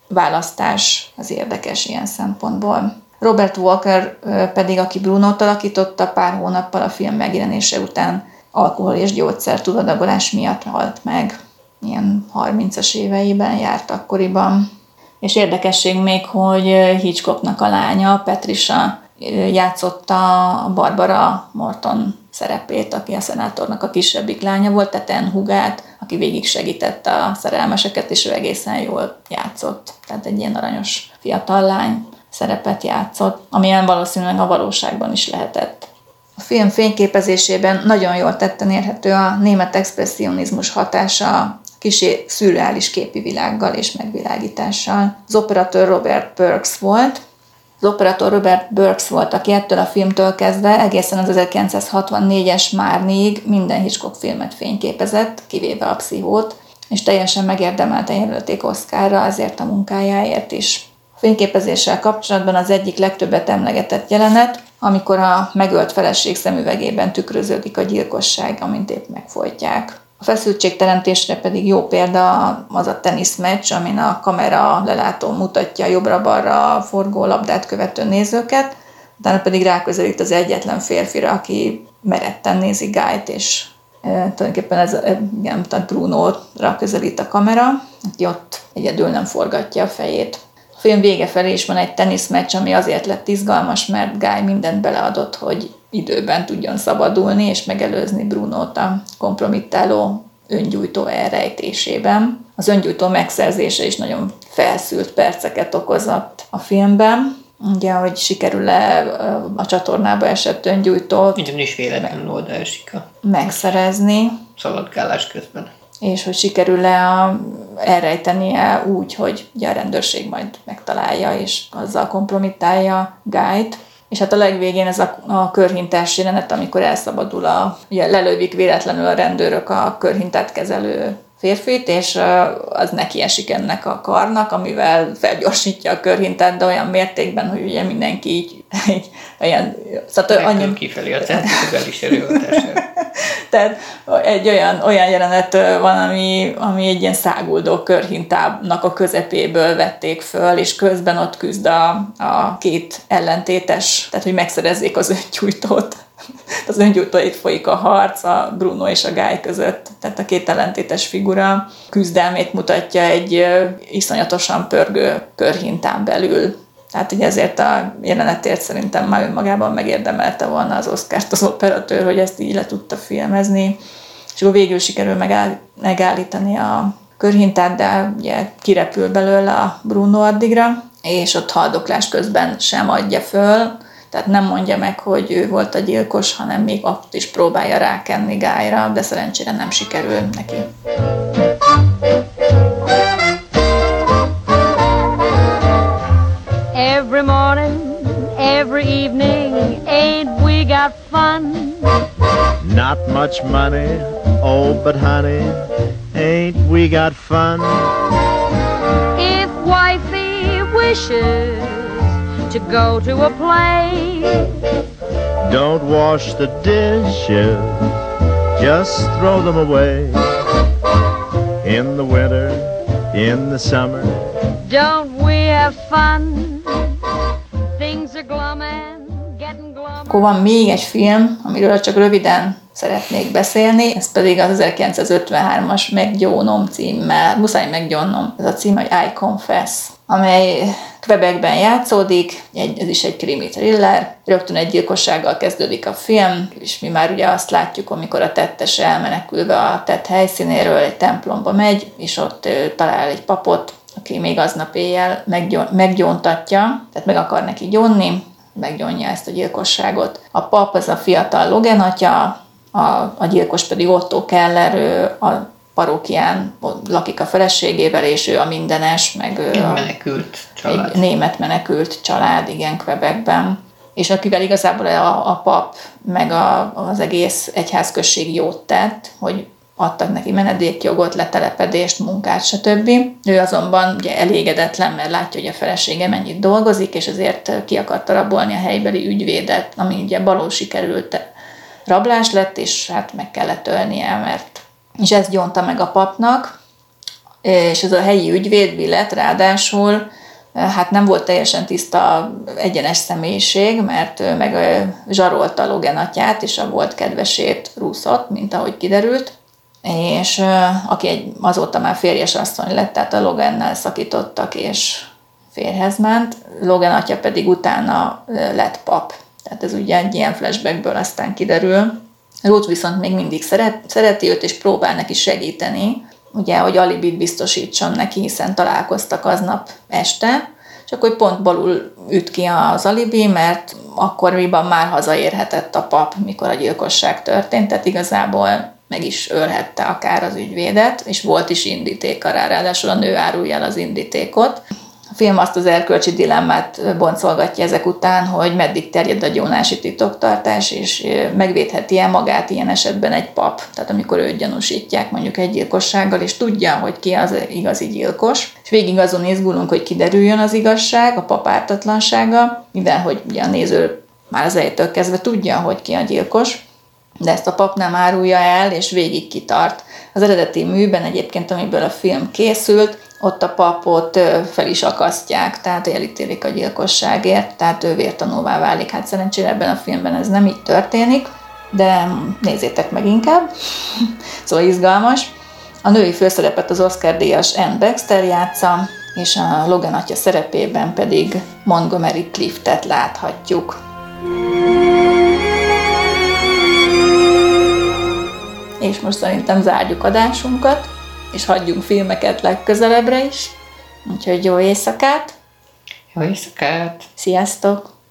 választás az érdekes ilyen szempontból. Robert Walker pedig, aki Brunót alakította, pár hónappal a film megjelenése után alkohol- és gyógyszer túladagolás miatt halt meg. Ilyen 30-as éveiben járt akkoriban. És érdekesség még, hogy Hitchcocknak a lánya, Patricia, játszotta a Barbara Morton szerepét, aki a szenátornak a kisebbik lánya volt, tehát Anne húgát, aki végig segítette a szerelmeseket, és ő egészen jól játszott. Tehát egy ilyen aranyos fiatal lány szerepet játszott, amilyen valószínűleg a valóságban is lehetett. A film fényképezésében nagyon jól tetten érhető a német expresszionizmus hatása, kissé szürreális képi világgal és megvilágítással. Az operatőr Robert Burks volt. Az operatőr Robert Burks volt, aki ettől a filmtől kezdve egészen az 1964-es Márnig minden Hitchcock filmet fényképezett, kivéve a Pszichót, és teljesen megérdemelte jelölték Oscarra azért a munkájáért is. A fényképezéssel kapcsolatban az egyik legtöbbet emlegetett jelenet, amikor a megölt feleség szemüvegében tükröződik a gyilkosság, amint épp megfojtják. A feszültségteremtésre pedig jó példa az a teniszmeccs, amin a kamera lelátó mutatja jobbra-balra forgó labdát követő nézőket, utána pedig ráközelít az egyetlen férfira, aki meretten nézi Guy-t, és tulajdonképpen ez tehát Brunóra közelít a kamera, aki ott egyedül nem forgatja a fejét. A film vége felé is van egy teniszmeccs, ami azért lett izgalmas, mert Guy mindent beleadott, hogy időben tudjon szabadulni és megelőzni Brunót a kompromittáló öngyújtó elrejtésében. Az öngyújtó megszerzése is nagyon felszült perceket okozott a filmben. Ugye, hogy sikerül-e a csatornába esett öngyújtót Ugyan is véletlenül oda esik a megszerezni. szaladgálás közben. És hogy sikerül-e elrejtenie úgy, hogy ugye a rendőrség majd megtalálja, és azzal kompromittálja Guy-t. És hát a legvégén ez a körhintás jelenet, amikor elszabadul, ugye lelövik véletlenül a rendőrök a körhintát kezelő férfit, és az neki esik ennek a karnak, amivel felgyorsítja a körhintát, de olyan mértékben, hogy ugye mindenki így olyan... Szóval kifelé a centrifugális erőhatására. Tehát egy olyan jelenet van, ami egy ilyen száguldó körhintának a közepéből vették föl, és közben ott küzd a két ellentétes, tehát hogy megszerezzék az öngyújtót. Az öngyújtóit folyik a harc a Bruno és a Guy között, tehát a két ellentétes figura küzdelmét mutatja egy iszonyatosan pörgő körhintán belül. Tehát ugye ezért a jelenetért szerintem már önmagában megérdemelte volna az Oscart az operatőr, hogy ezt így le tudta filmezni, és akkor végül sikerül megállítani a körhintát, de ugye kirepül belőle a Bruno addigra, és ott haldoklás közben sem adja föl, tehát nem mondja meg, hogy ő volt a gyilkos, hanem még ott is próbálja rákenni Guy-ra, de szerencsére nem sikerül neki. Every morning, every evening, ain't we got fun? Not much money, oh but honey, ain't we got fun? If wifey wishes to go to a play, Don't wash the dishes, just throw them away. In the winter, in the summer, don't we have fun? Things are glum and getting glum. Akkor van még egy film, amiről csak röviden szeretnék beszélni, ez pedig az 1953-as Meggyónom címmel, muszáj meggyónnom, ez a cím, hogy I Confess, amely Quebecben játszódik, ez is egy krimi thriller, rögtön egy gyilkossággal kezdődik a film, és mi már ugye azt látjuk, amikor a tettes elmenekülve a tett helyszínéről egy templomba megy, és ott talál egy papot, aki még aznap éjjel meggyóntatja, tehát meg akar neki gyónni, meggyónja ezt a gyilkosságot. A pap az a fiatal Logan atya, a gyilkos pedig Otto Keller, ő a parókián lakik a feleségével, és ő a mindenes, meg ő menekült család. Egy német menekült család, igen, Quebecben. És akivel igazából a pap meg az egész egyházközség jót tett, hogy adtak neki menedékjogot, letelepedést, munkát, stb. Ő azonban ugye elégedetlen, mert látja, hogy a felesége mennyit dolgozik, és ezért ki akarta rabolni a helybeli ügyvédet, ami ugye balul sikerült rablás lett, és hát meg kellett ölnie, mert... És ezt gyónta meg a papnak, és ez a helyi ügyvéd Willett ráadásul hát nem volt teljesen tiszta egyenes személyiség, mert meg zsarolta Logan atyát, és a volt kedvesét Ruthot, mint ahogy kiderült, és aki azóta már férjes asszony lett, tehát a Logannál szakítottak, és férjhez ment. Logan atya pedig utána lett pap. Tehát ez ugye egy ilyen flashbackből aztán kiderül. Ruth viszont még mindig szereti őt, és próbál neki segíteni, ugye, hogy alibit biztosítson neki, hiszen találkoztak aznap este, csak hogy pont balul üt ki az alibi, mert akkoriban már hazaérhetett a pap, mikor a gyilkosság történt, tehát igazából meg is ölhette akár az ügyvédet, és volt is indítéka rá, ráadásul a nő árulja el az indítékot. A film azt az erkölcsi dilemmát boncolgatja ezek után, hogy meddig terjed a gyónási titoktartás, és megvédheti-e magát ilyen esetben egy pap. Tehát amikor őt gyanúsítják mondjuk egy gyilkossággal, és tudja, hogy ki az igazi gyilkos. És végig azon izgulunk, hogy kiderüljön az igazság, a pap ártatlansága, mivel hogy ugye a néző már az elejétől kezdve tudja, hogy ki a gyilkos, de ezt a pap nem árulja el, és végig kitart. Az eredeti műben egyébként, amiből a film készült, ott a papot fel is akasztják, tehát elítélik a gyilkosságért, tehát ő vértanúvá válik. Hát szerencsére ebben a filmben ez nem így történik, de nézzétek meg inkább. Szóval izgalmas. A női főszerepet az Oscar-díjas Anne Baxter játsza, és a Logan atya szerepében pedig Montgomery Cliftet láthatjuk. És most szerintem zárjuk adásunkat, és hagyjunk filmeket legközelebbre is. Úgyhogy jó éjszakát! Jó éjszakát! Sziasztok!